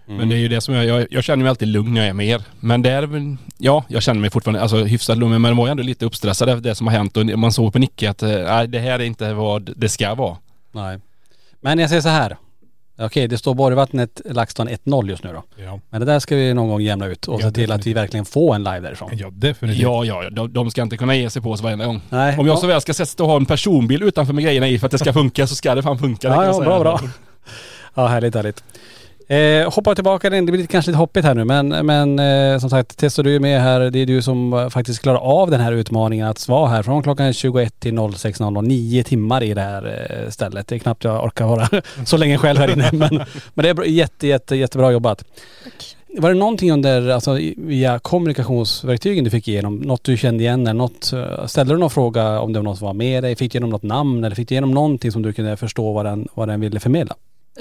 Mm. Men det är ju det som jag, jag, jag känner mig alltid lugn när jag är med er. Men det är väl, ja, jag känner mig fortfarande alltså, hyfsat lugn, men man var ju ändå lite uppstressad efter det som har hänt och man såg på Nicke att nej, det här är inte vad det ska vara. Nej. Men jag säger så här. Okej, det står Borgvattnet LaxTon ett noll just nu då. Ja. Men det där ska vi någon gång jämna ut och ja, se till att vi verkligen får en live därifrån. Ja, definitivt. Ja, ja, de, de ska inte kunna ge sig på oss varje gång. Nej. Om jag så väl ska sätta och ha en personbil utanför med grejerna i för att det ska funka så ska det fan funka. Ja, det ja, bra, bra. Ja, härligt, härligt. Eh, hoppa tillbaka in. Det blir kanske lite hoppigt här nu men, men eh, som sagt, testar du är med här. Det är du som faktiskt klarar av den här utmaningen att vara här från klockan tjugoett till noll sex noll noll. Nio timmar i det här eh, stället. Det är knappt jag orkar vara så länge själv här inne. Men, men det är jätte, jätte, jättebra jobbat. Tack. Var det någonting under, alltså via kommunikationsverktygen du fick igenom, något du kände igen eller något, ställde du någon fråga om det var något som var med dig? Fick du igenom något namn eller fick du igenom någonting som du kunde förstå vad den, vad den ville förmedla?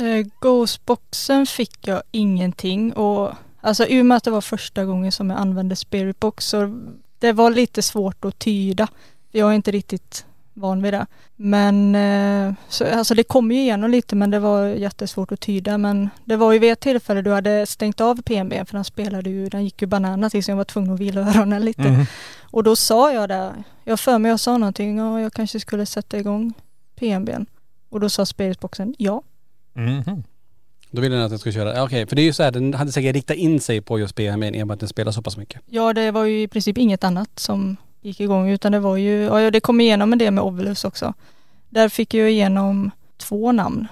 Ghostboxen fick jag ingenting och alltså i och med att det var första gången som jag använde Spiritbox så det var lite svårt att tyda. Jag är inte riktigt van vid det. Men så, alltså det kom ju igenom lite men det var jättesvårt att tyda. Men det var ju vid ett tillfälle du hade stängt av P M B för den spelade ju, den gick ju bananas så jag var tvungen att vila öronen lite. Mm. Och då sa jag det, jag för mig jag sa någonting och jag kanske skulle sätta igång P M B:n. Och då sa Spiritboxen ja. Mm-hmm. Då ville den att den skulle köra. Okej, okay, för det är ju så här, den hade säkert riktat in sig på just P M B enbart att den spelar så pass mycket. Ja, det var ju i princip inget annat som gick igång utan det var ju, ja det kom igenom en del med Ovilus också. Där fick jag igenom två namn.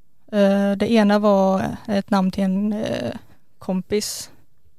Uh, det ena var ett namn till en uh, kompis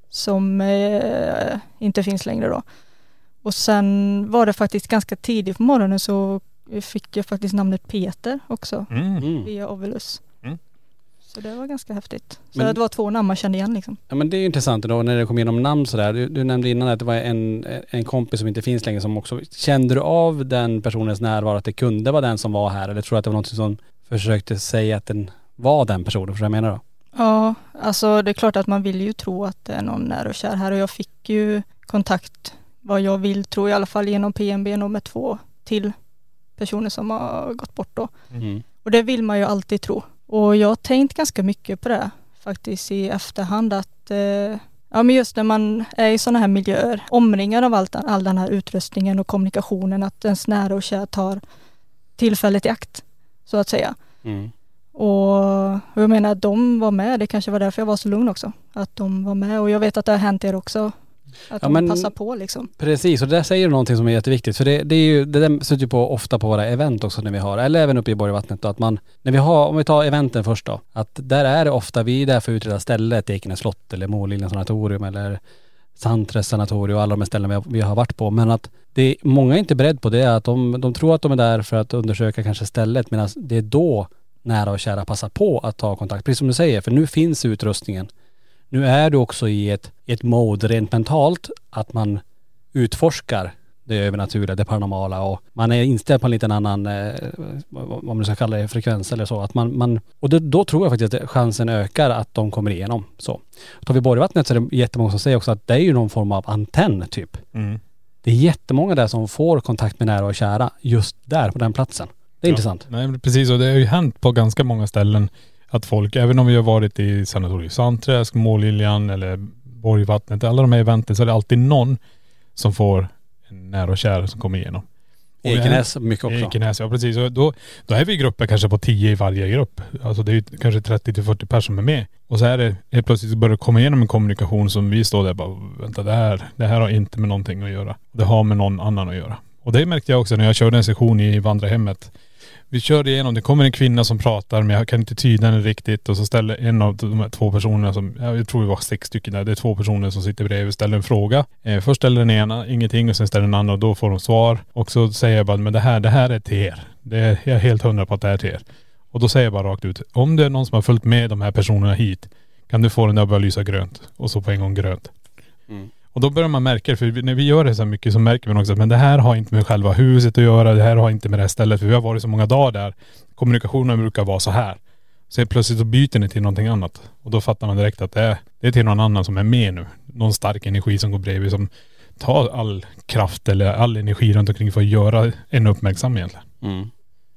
som uh, inte finns längre då. Och sen var det faktiskt ganska tidigt på morgonen så fick jag faktiskt namnet Peter också mm. via Ovilus. Mm. Så det var ganska häftigt. Så men, det var två namn man kände igen liksom. Ja men det är ju intressant då när det kom igenom namn sådär. Du, du nämnde innan att det var en, en kompis som inte finns längre som också, kände du av den personens närvaro att det kunde vara den som var här eller tror du att det var något som försökte säga att den var den personen, för jag menar då? Ja, alltså det är klart att man vill ju tro att det är någon nära och kär här och jag fick ju kontakt vad jag vill tro i alla fall genom P M B och med två till personer som har gått bort då. Mm. Och det vill man ju alltid tro. Och jag har tänkt ganska mycket på det faktiskt i efterhand att eh, ja men just när man är i sådana här miljöer omringad av allt, all den här utrustningen och kommunikationen att ens nära och kär tar tillfället i akt så att säga. Mm. Och jag menar att de var med, det kanske var därför jag var så lugn också. Att de var med och jag vet att det har hänt er också. Att ja, de men, passar på liksom. Precis, och det där säger du någonting som är jätteviktigt. För det, det är ju, det där sätter ju på ofta på våra event också när vi har, eller även uppe i Borgvattnet då, att man, när vi har, om vi tar eventen först då, att där är det ofta, vi är där för att utreda stället, Ekenäs slott eller Måliljan sanatorium eller Santres sanatorium och alla de här ställen vi har, vi har varit på. Men att det, många är inte beredd på det, att de, de tror att de är där för att undersöka kanske stället, medan det är då nära och kära passar på att ta kontakt. Precis som du säger, för nu finns utrustningen. Nu är du också i ett, ett mode rent mentalt att man utforskar det övernaturliga, det paranormala och man är inställd på en liten annan, eh, vad man ska kalla det, frekvens eller så. Att man, man, och det, då tror jag faktiskt att chansen ökar att de kommer igenom. Så. Tar vi Borgvattnet så är det jättemånga som säger också att det är ju någon form av antenn typ. Mm. Det är jättemånga där som får kontakt med nära och kära just där på den platsen. Det är ja. intressant. Nej, precis, och det har ju hänt på ganska många ställen att folk, även om vi har varit i sanatorium Santres, Måliljan eller Borgvattnet, alla de här eventen, så är det alltid någon som får en nära och kär som kommer igenom. Ekenäs mycket också. Ekenäs, ja precis. Och då, då är vi grupper kanske på tio i varje grupp. Alltså det är ju kanske trettio till fyrtio personer som är med. Och så är det helt plötsligt så börjar det komma igenom en kommunikation som vi står där och bara, vänta det här, det här har inte med någonting att göra. Det har med någon annan att göra. Och det märkte jag också när jag körde en session i vandrarhemmet. Vi körde igenom, det kommer en kvinna som pratar men jag kan inte tyda henne riktigt och så ställer en av de här två personerna som, jag tror det var sex stycken där, det är två personer som sitter bredvid och ställer en fråga. Eh, först ställer den ena ingenting och sen ställer den andra och då får de svar. Och så säger jag bara, men det här, det här är till er. Det är, jag är helt hundra på att det är till er. Och då säger jag bara rakt ut, om det är någon som har följt med de här personerna hit, kan du få den där att börja lysa grönt. Och så på en gång grönt. Mm. Och då börjar man märka, för när vi gör det så mycket så märker man också att men det här har inte med själva huset att göra, det här har inte med det här stället, för vi har varit så många dagar där. Kommunikationen brukar vara så här. Så plötsligt så byter ni till någonting annat. Och då fattar man direkt att det är, det är till någon annan som är med nu. Någon stark energi som går bredvid som tar all kraft eller all energi runt omkring för att göra en uppmärksam egentligen. Mm.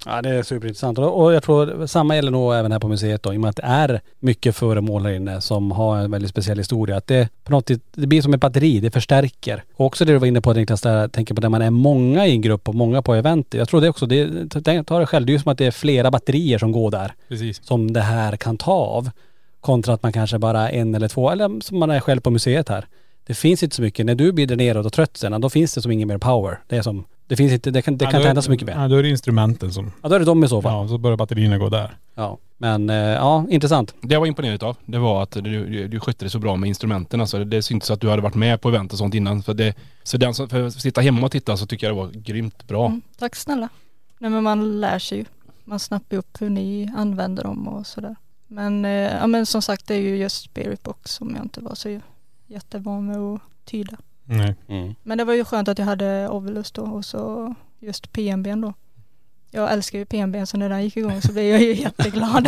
Ja, det är superintressant. Och jag tror samma gäller nog även här på museet då, i och med att det är mycket föremål här inne som har en väldigt speciell historia. Att det på något sätt, det blir som ett batteri, det förstärker. Och också det du var inne på Niklas, där jag tänker på där man är många i en grupp och många på event. Jag tror det också, det tar det själv, det är ju som att det är flera batterier som går där. Precis. Som det här kan ta av. Kontra att man kanske bara en eller två, eller som man är själv på museet här. Det finns inte så mycket. När du blir där nere och trött sen, då finns det som ingen mer power. Det är som, det finns inte, det kan, det ja, kan inte är, hända så mycket mer. Ja, då är det instrumenten som... Ja, då är det de i så fall. Ja, så börjar batterierna gå där. Ja, men eh, ja, intressant. Det jag var imponerad av, det var att du, du, du skötte det så bra med instrumenten. Alltså, det syntes att du hade varit med på event och sånt innan. För, det, så den som, för att sitta hemma och titta så tycker jag det var grymt bra. Mm, tack snälla. Nej, men man lär sig ju. Man snappar upp hur ni använder dem och sådär. Men, eh, ja, men som sagt, det är ju just Spirit Box som jag inte var så jättevan med att tyda. Nej. Mm. Men det var ju skönt att jag hade Ovilus då och så just P M B då. Jag älskar ju P M B, så när den gick igång så blev jag ju jätteglad.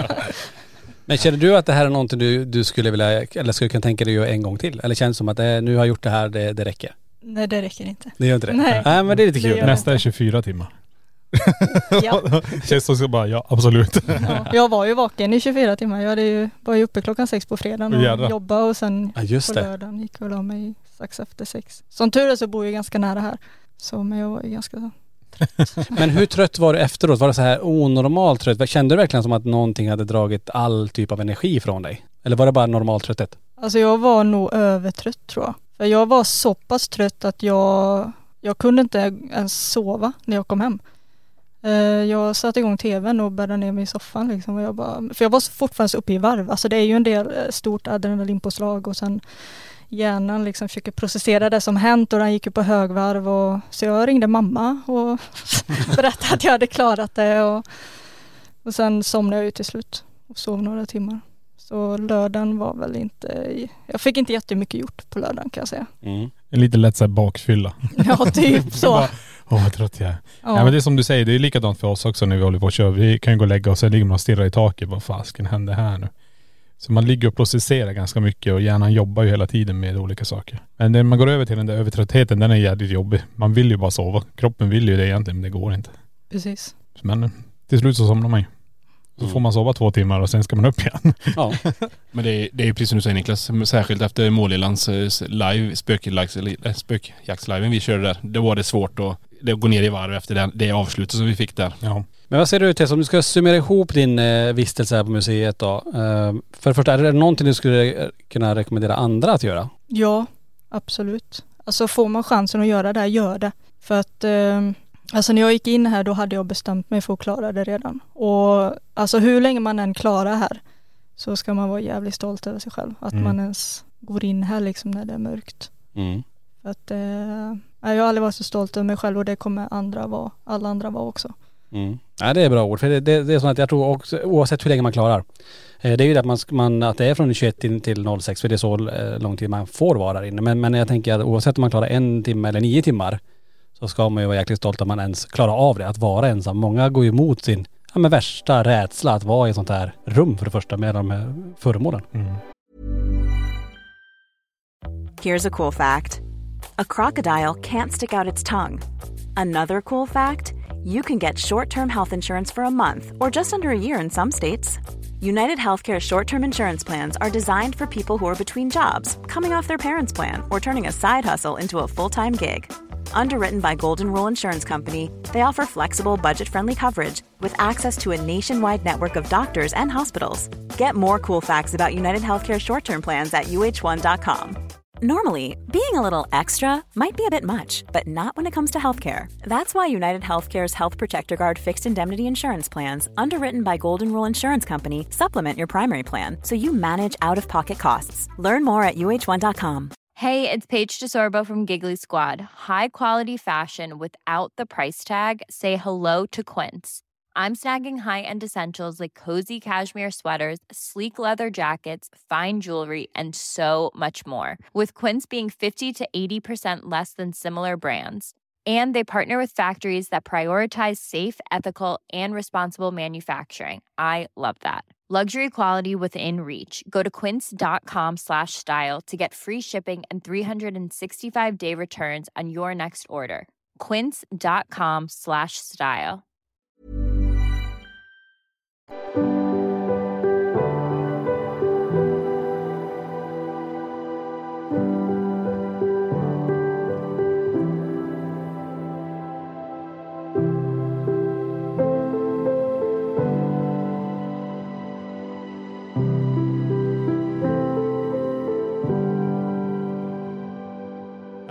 Men känner du att det här är någonting du, du skulle vilja, eller skulle kunna tänka dig att göra en gång till? Eller känns det som att det, nu har jag gjort det här, det, det räcker? Nej, det räcker inte. Det gör inte det? Nej. Nej, men det är lite Det kul. gör Nästa är tjugofyra timmar. Ja. Känns som så bara, ja absolut. Ja, jag var ju vaken i tjugofyra timmar. Jag hade ju, var ju uppe klockan sex på fredagen och Jädra. jobba och sen Ja, just på det. lördagen gick jag och la mig strax efter sex. Som tur är så bor jag ganska nära här. Så, men jag var ju ganska så. Men hur trött var du efteråt? Var det så här onormalt trött? Kände du verkligen som att någonting hade dragit all typ av energi från dig? Eller var det bara normal trötthet? Alltså jag var nog övertrött tror jag. För jag var så pass trött att jag, jag kunde inte ens sova när jag kom hem. Jag satte igång tvn och bäddade ner mig i soffan liksom. Och jag bara, för jag var fortfarande så uppe i varv. Alltså det är ju en del stort adrenalinpåslag och sen hjärnan liksom försöker processera det som hänt och den gick ju på högvarv. Och, så jag ringde mamma och berättade att jag hade klarat det. Och, och sen somnade jag ju till slut och sov några timmar. Så lördagen var väl inte... Jag fick inte jättemycket gjort på lördagen kan jag säga. Mm. En lite lätt så här bakfylla. Ja, typ så. Bara, åh vad trött jag är. Ja. Ja, men det är som du säger, det är likadant för oss också när vi håller på och kör. Vi kan ju gå och lägga oss och sen ligger man och stirrar i taket. Vad fasken händer här nu? Så man ligger och processerar ganska mycket och hjärnan jobbar ju hela tiden med olika saker. Men när man går över till den där övertröttheten, den är jävligt jobbig. Man vill ju bara sova. Kroppen vill ju det egentligen, men det går inte. Precis. Men till slut så somnar man ju. Så mm. får man sova två timmar och sen ska man upp igen. Ja. Men det är, det är ju precis som du säger Niklas, särskilt efter Målillands live, spökjaktsliven vi körde där. Det var det svårt att det gå ner i varv efter det, det avslutet som vi fick där. Ja. Men vad säger du Tess, om du ska summera ihop din eh, vistelse här på museet då. Eh, för det första, är det någonting du skulle kunna rekommendera andra att göra? Ja, absolut. Alltså får man chansen att göra det, gör det. För att eh, alltså när jag gick in här då hade jag bestämt mig för att klara det redan. Och alltså hur länge man än klarar här så ska man vara jävligt stolt över sig själv. Att Mm. man ens går in här liksom när det är mörkt. Mm. För att eh, jag har aldrig varit så stolt över mig själv och det kommer andra vara, alla andra vara också. Mm. Ja, det är bra ord. För det, det, det är så att jag tror också, oavsett hur länge man klarar. Eh, det är ju det att, man, man, att det är från tjugoett in till noll sex, för det är så eh, lång tid man får vara där inne. Men, men jag tänker att oavsett om man klarar en timme eller nio timmar så ska man ju vara jäkligt stolt att man ens klarar av det, att vara ensam. Många går ju emot sin ja, men värsta rädsla att vara i ett sånt här rum för det första med de här föremålen. Mm. Here's a cool fact. A crocodile can't stick out its tongue. Another cool fact, you can get short-term health insurance for a month or just under a year in some states. United Healthcare short-term insurance plans are designed for people who are between jobs, coming off their parents' plan, or turning a side hustle into a full-time gig. Underwritten by Golden Rule Insurance Company, they offer flexible, budget-friendly coverage with access to a nationwide network of doctors and hospitals. Get more cool facts about United Healthcare short-term plans at U H one dot com. Normally, being a little extra might be a bit much, but not when it comes to healthcare. That's why United Healthcare's Health Protector Guard fixed indemnity insurance plans, underwritten by Golden Rule Insurance Company, supplement your primary plan so you manage out-of-pocket costs. Learn more at U H one dot com. Hey, it's Paige DeSorbo from Giggly Squad. High quality fashion without the price tag. Say hello to Quince. I'm snagging high-end essentials like cozy cashmere sweaters, sleek leather jackets, fine jewelry, and so much more. With Quince being fifty to eighty percent less than similar brands. And they partner with factories that prioritize safe, ethical, and responsible manufacturing. I love that. Luxury quality within reach. Go to quince.com slash style to get free shipping and three sixty-five day returns on your next order. Quince.com slash style.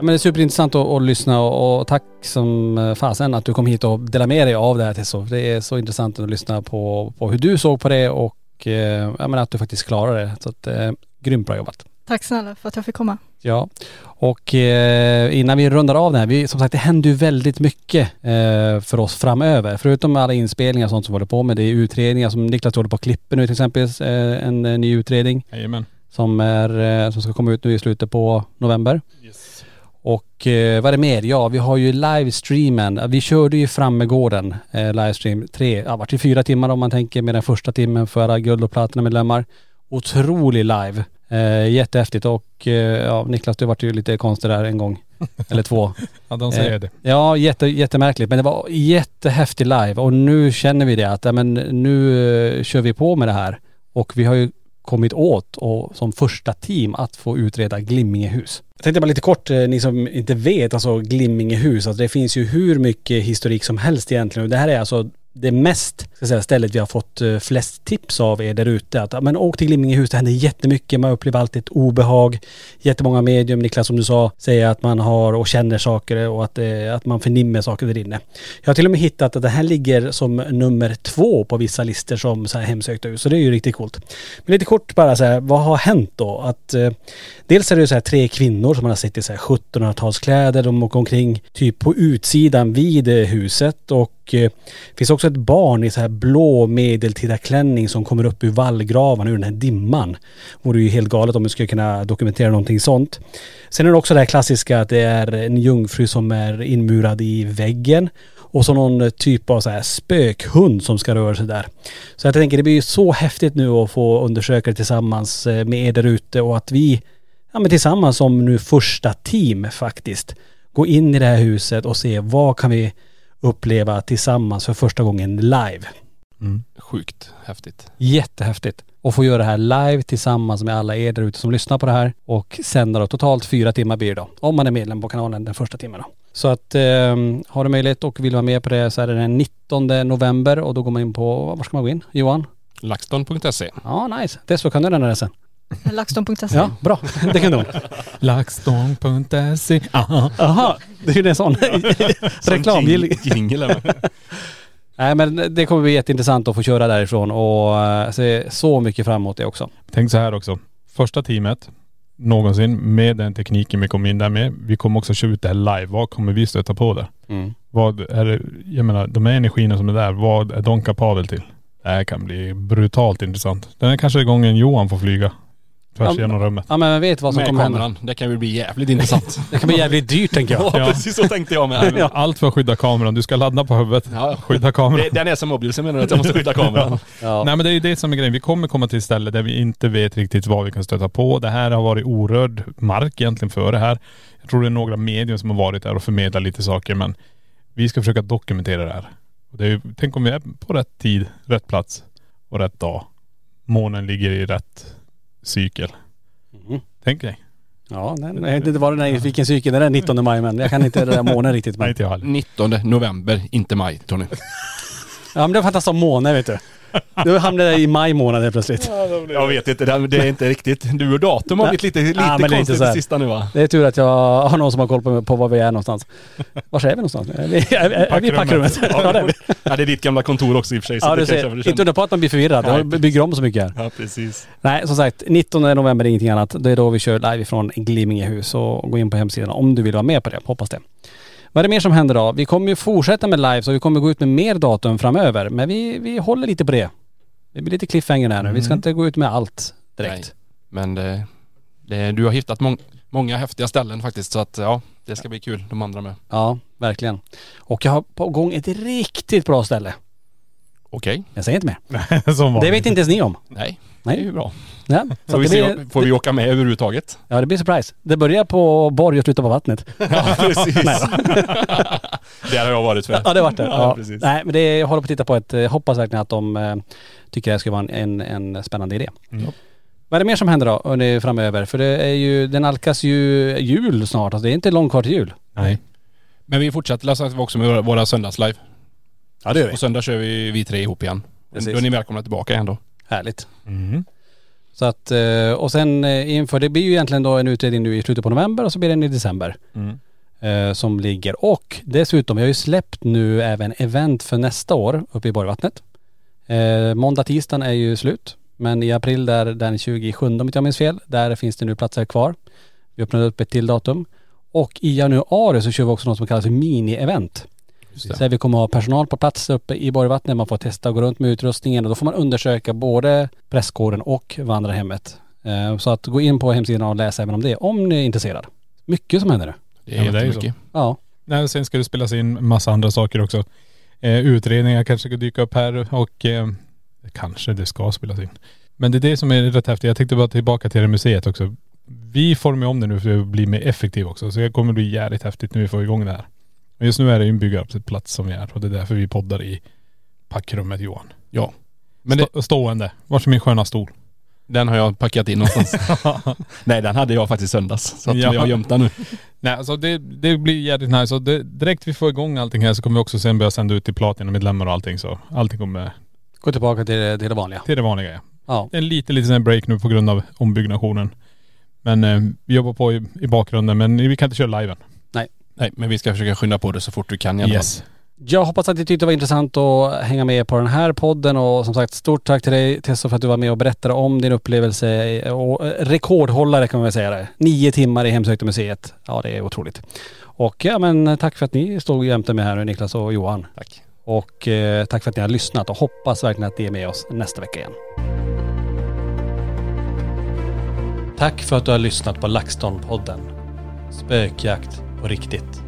Men det är superintressant att, att lyssna och, och tack som fasen att du kom hit och delade med dig av det här till så. Det är så intressant att lyssna på, på hur du såg på det och eh, jag menar att du faktiskt klarar det. Så att, eh, grymt bra jobbat. Tack snälla för att jag fick komma. Ja, och eh, innan vi rundar av det här, vi, som sagt det händer ju väldigt mycket eh, för oss framöver. Förutom alla inspelningar och sånt som vi håller på med. Det är utredningar som Niklas håller på att klippa nu till exempel, eh, en, en ny utredning. Jajamän. Som, är, som ska komma ut nu i slutet på november. Yes. Och eh, vad är det mer? Ja, vi har ju livestreamen. Vi körde ju fram med gården eh, livestream tre, ja vart i fyra timmar om man tänker med den första timmen för alla guld- och platinamedlemmar. Otrolig live. Eh, jättehäftigt och eh, ja, Niklas du varit ju lite konstig där en gång. Eller två. Ja, de säger eh, det. Ja, jätte, jättemärkligt. Men det var jättehäftig live och nu känner vi det att ja, men nu eh, kör vi på med det här. Och vi har ju kommit åt och som första team att få utreda Glimmingehus. Jag tänkte bara lite kort, eh, ni som inte vet, alltså Glimmingehus, alltså det finns ju hur mycket historik som helst egentligen. Och det här är alltså det mest, ska jag säga, stället vi har fått uh, flest tips av er där ute. Att men åk till Glimmingehus, det händer jättemycket. Man upplever alltid ett obehag. Jättemånga medium, Niklas som du sa, säger att man har och känner saker och att, uh, att man förnimmer saker där inne. Jag har till och med hittat att det här ligger som nummer två på vissa listor som så här hemsökta hus. Så det är ju riktigt coolt. Men lite kort bara så här, vad har hänt då? Att uh, dels är det ju så här tre kvinnor som man har sett i så här sjuttonhundratalskläder. De åker omkring typ på utsidan vid uh, huset och det finns också ett barn i så här blå medeltida klänning som kommer upp ur vallgravan ur den här dimman. Vore ju helt galet om vi skulle kunna dokumentera någonting sånt. Sen är det också det här klassiska att det är en jungfru som är inmurad i väggen. Och så någon typ av så här spökhund som ska röra sig där. Så jag tänker det blir ju så häftigt nu att få undersöka det tillsammans med er där ute och att vi ja, men tillsammans som nu första team faktiskt gå in i det här huset och se vad kan vi uppleva tillsammans för första gången live. Mm. Sjukt häftigt. Jättehäftigt. Och få göra det här live tillsammans med alla er där ute som lyssnar på det här och sända då totalt fyra timmar blir det då. Om man är medlem på kanalen den första timmen då. Så att eh, har du möjlighet och vill vara med på det så är det den nittonde november och då går man in på, var ska man gå in? Johan? Laxton punkt se. Ja, nice. Det så kan du den där sen. Laxton punkt se. Ja, bra. Det kan du. Laxton punkt se. Aha. Aha, det är ju en sån reklam. Jingle. Nej men det kommer bli jätteintressant att få köra därifrån och uh, se så mycket fram emot det också. Tänk så här också. Första teamet någonsin med den tekniken vi kom in där med. Vi kommer också köra ut det här live. Vad kommer vi stöta på där? Mm. Vad är det, jag menar, de här energierna som är där, vad är de kapabel till? Det här kan bli brutalt intressant. Den är kanske gången Johan får flyga tvärs genom ja, rummet. Ja men man vet vad som med kommer kameran. hända. Det kan ju bli jävligt intressant. Det kan bli jävligt dyrt tänker jag. Ja, ja, precis så tänkte jag med. Ja. Allt för att skydda kameran. Du ska ladda på huvudet. Ja. Skydda kameran. Det, den är som mobil så menar du att jag måste skydda kameran. Ja. Nej men det är ju det som är grejen. Vi kommer komma till ett ställe där vi inte vet riktigt vad vi kan stöta på. Det här har varit orörd mark egentligen för det här. Jag tror det är några medier som har varit där och förmedlat lite saker men vi ska försöka dokumentera det här. Och det är ju, tänk om vi är på rätt tid, rätt plats och rätt dag. Månen ligger i rätt cykel. Mm. Tänk dig. Ja, nej, nej, det var den där, vilken cykel, det där nittonde maj men jag kan inte det där månen riktigt. Nej, inte jag heller. nittonde november, inte maj, Tony. Ja men det fattas som måne vet du. Du hamnade där i maj månad plötsligt. Ja, jag vet inte, det är inte riktigt. Du och datum har blivit lite, lite ja, konstigt det sista nu va? Det är tur att jag har någon som har koll på, på var vi är någonstans. Var är vi någonstans? Är vi, är, är vi i packrummet? Ja, det är vi. Ja, det är ditt gamla kontor också i och för sig. Så ja, det du ser, inte under på att man blir förvirrad. Ja, det bygger om så mycket här. Ja, precis. Nej, som sagt, nittonde november är ingenting annat. Det är då vi kör live ifrån Glimmingehus och gå in på hemsidan om du vill vara med på det. Hoppas det. Vad är det mer som händer då? Vi kommer ju fortsätta med live så vi kommer gå ut med mer datum framöver. Men vi, vi håller lite på det. Det blir lite cliffhanger här nu. Mm. Vi ska inte gå ut med allt direkt. Nej, men det, det, du har hittat mång, många häftiga ställen faktiskt. Så att ja, det ska bli kul. De andra med. Ja, verkligen. Och jag har på gång ett riktigt bra ställe. Okej. Okay. Jag säger inte mer. Det vet inte ens ni om. Nej, Nej. det är ju bra. Ja, får, vi se, blir, får vi åka med överhuvudtaget? Ja, det blir surprise. Det börjar på Borg och slutar på vattnet. Ja, precis. Det har jag varit för. Ja, det har varit det. Ja, ja, precis. Nej, men det, jag håller på att titta på ett, jag hoppas verkligen att de eh, tycker det ska vara en, en, en spännande idé. Mm. Vad är det mer som händer då under framöver? För det är ju, den alkas ju jul snart. Alltså det är inte långt kvar till jul. Nej. Men vi fortsätter läsa också med våra söndagslive. Ja, det gör vi. Och söndag kör vi, vi tre ihop igen. Precis. Då är ni välkomna tillbaka igen då. Härligt. Mm. Så att, eh, och sen eh, inför, det blir ju egentligen då en utredning nu i slutet på november och så blir den i december. Mm. Eh, som ligger. Och dessutom, jag har ju släppt nu även event för nästa år uppe i Borgvattnet. Eh, måndag, tisdagen är ju slut. Men i april där den tjugosjunde om inte jag minns fel, där finns det nu platser kvar. Vi öppnade upp ett till datum. Och i januari så kör vi också något som kallas för mini-event. Så vi kommer ha personal på plats uppe i Borgvattnet. Man får testa och gå runt med utrustningen och då får man undersöka både prästgården och vandrarhemmet. Eh, så att gå in på hemsidan och läsa även om det om ni är intresserad. Mycket som händer nu. Det är, ja, det är ju så. Ja. Nej, sen ska det spelas in massa andra saker också. Eh, utredningar kanske ska dyka upp här och eh, kanske det ska spelas in. Men det är det som är rätt häftigt. Jag tänkte bara tillbaka till det museet också. Vi formar om det nu för att bli mer effektiv också. Så det kommer bli jävligt häftigt när vi får igång det här. Men just nu är det ju en byggarbetsplats som vi är och det är därför vi poddar i packrummet, Johan. Ja. Men det, Stå, stående. Vart är min sköna stol? Den har jag packat in någonstans. Nej, den hade jag faktiskt söndags. Så att Ja. vi har gömt den nu. Nej, alltså det, det blir jävligt nice. Så det, direkt vi får igång allting här så kommer vi också sen börja sända ut till Platina-medlemmar och allting. Så allting kommer Gå tillbaka till det, till det vanliga. till det vanliga. Ja. Ja. Det är en liten, liten break nu på grund av ombyggnationen. Men eh, vi jobbar på i, i bakgrunden men vi kan inte köra liven. Nej, men vi ska försöka skynda på det så fort vi kan i alla Yes. fall. Jag hoppas att ni tyckte det var intressant att hänga med på den här podden och som sagt stort tack till dig Tessa för att du var med och berättade om din upplevelse och rekordhållare kan man väl säga det. Nio timmar i Hemsökta museet. Ja, det är otroligt. Och ja men tack för att ni stod jämte med här nu Niklas och Johan. Tack. Och eh, tack för att ni har lyssnat och hoppas verkligen att ni är med oss nästa vecka igen. Tack för att du har lyssnat på LaxTon-podden. Spökjakt på riktigt.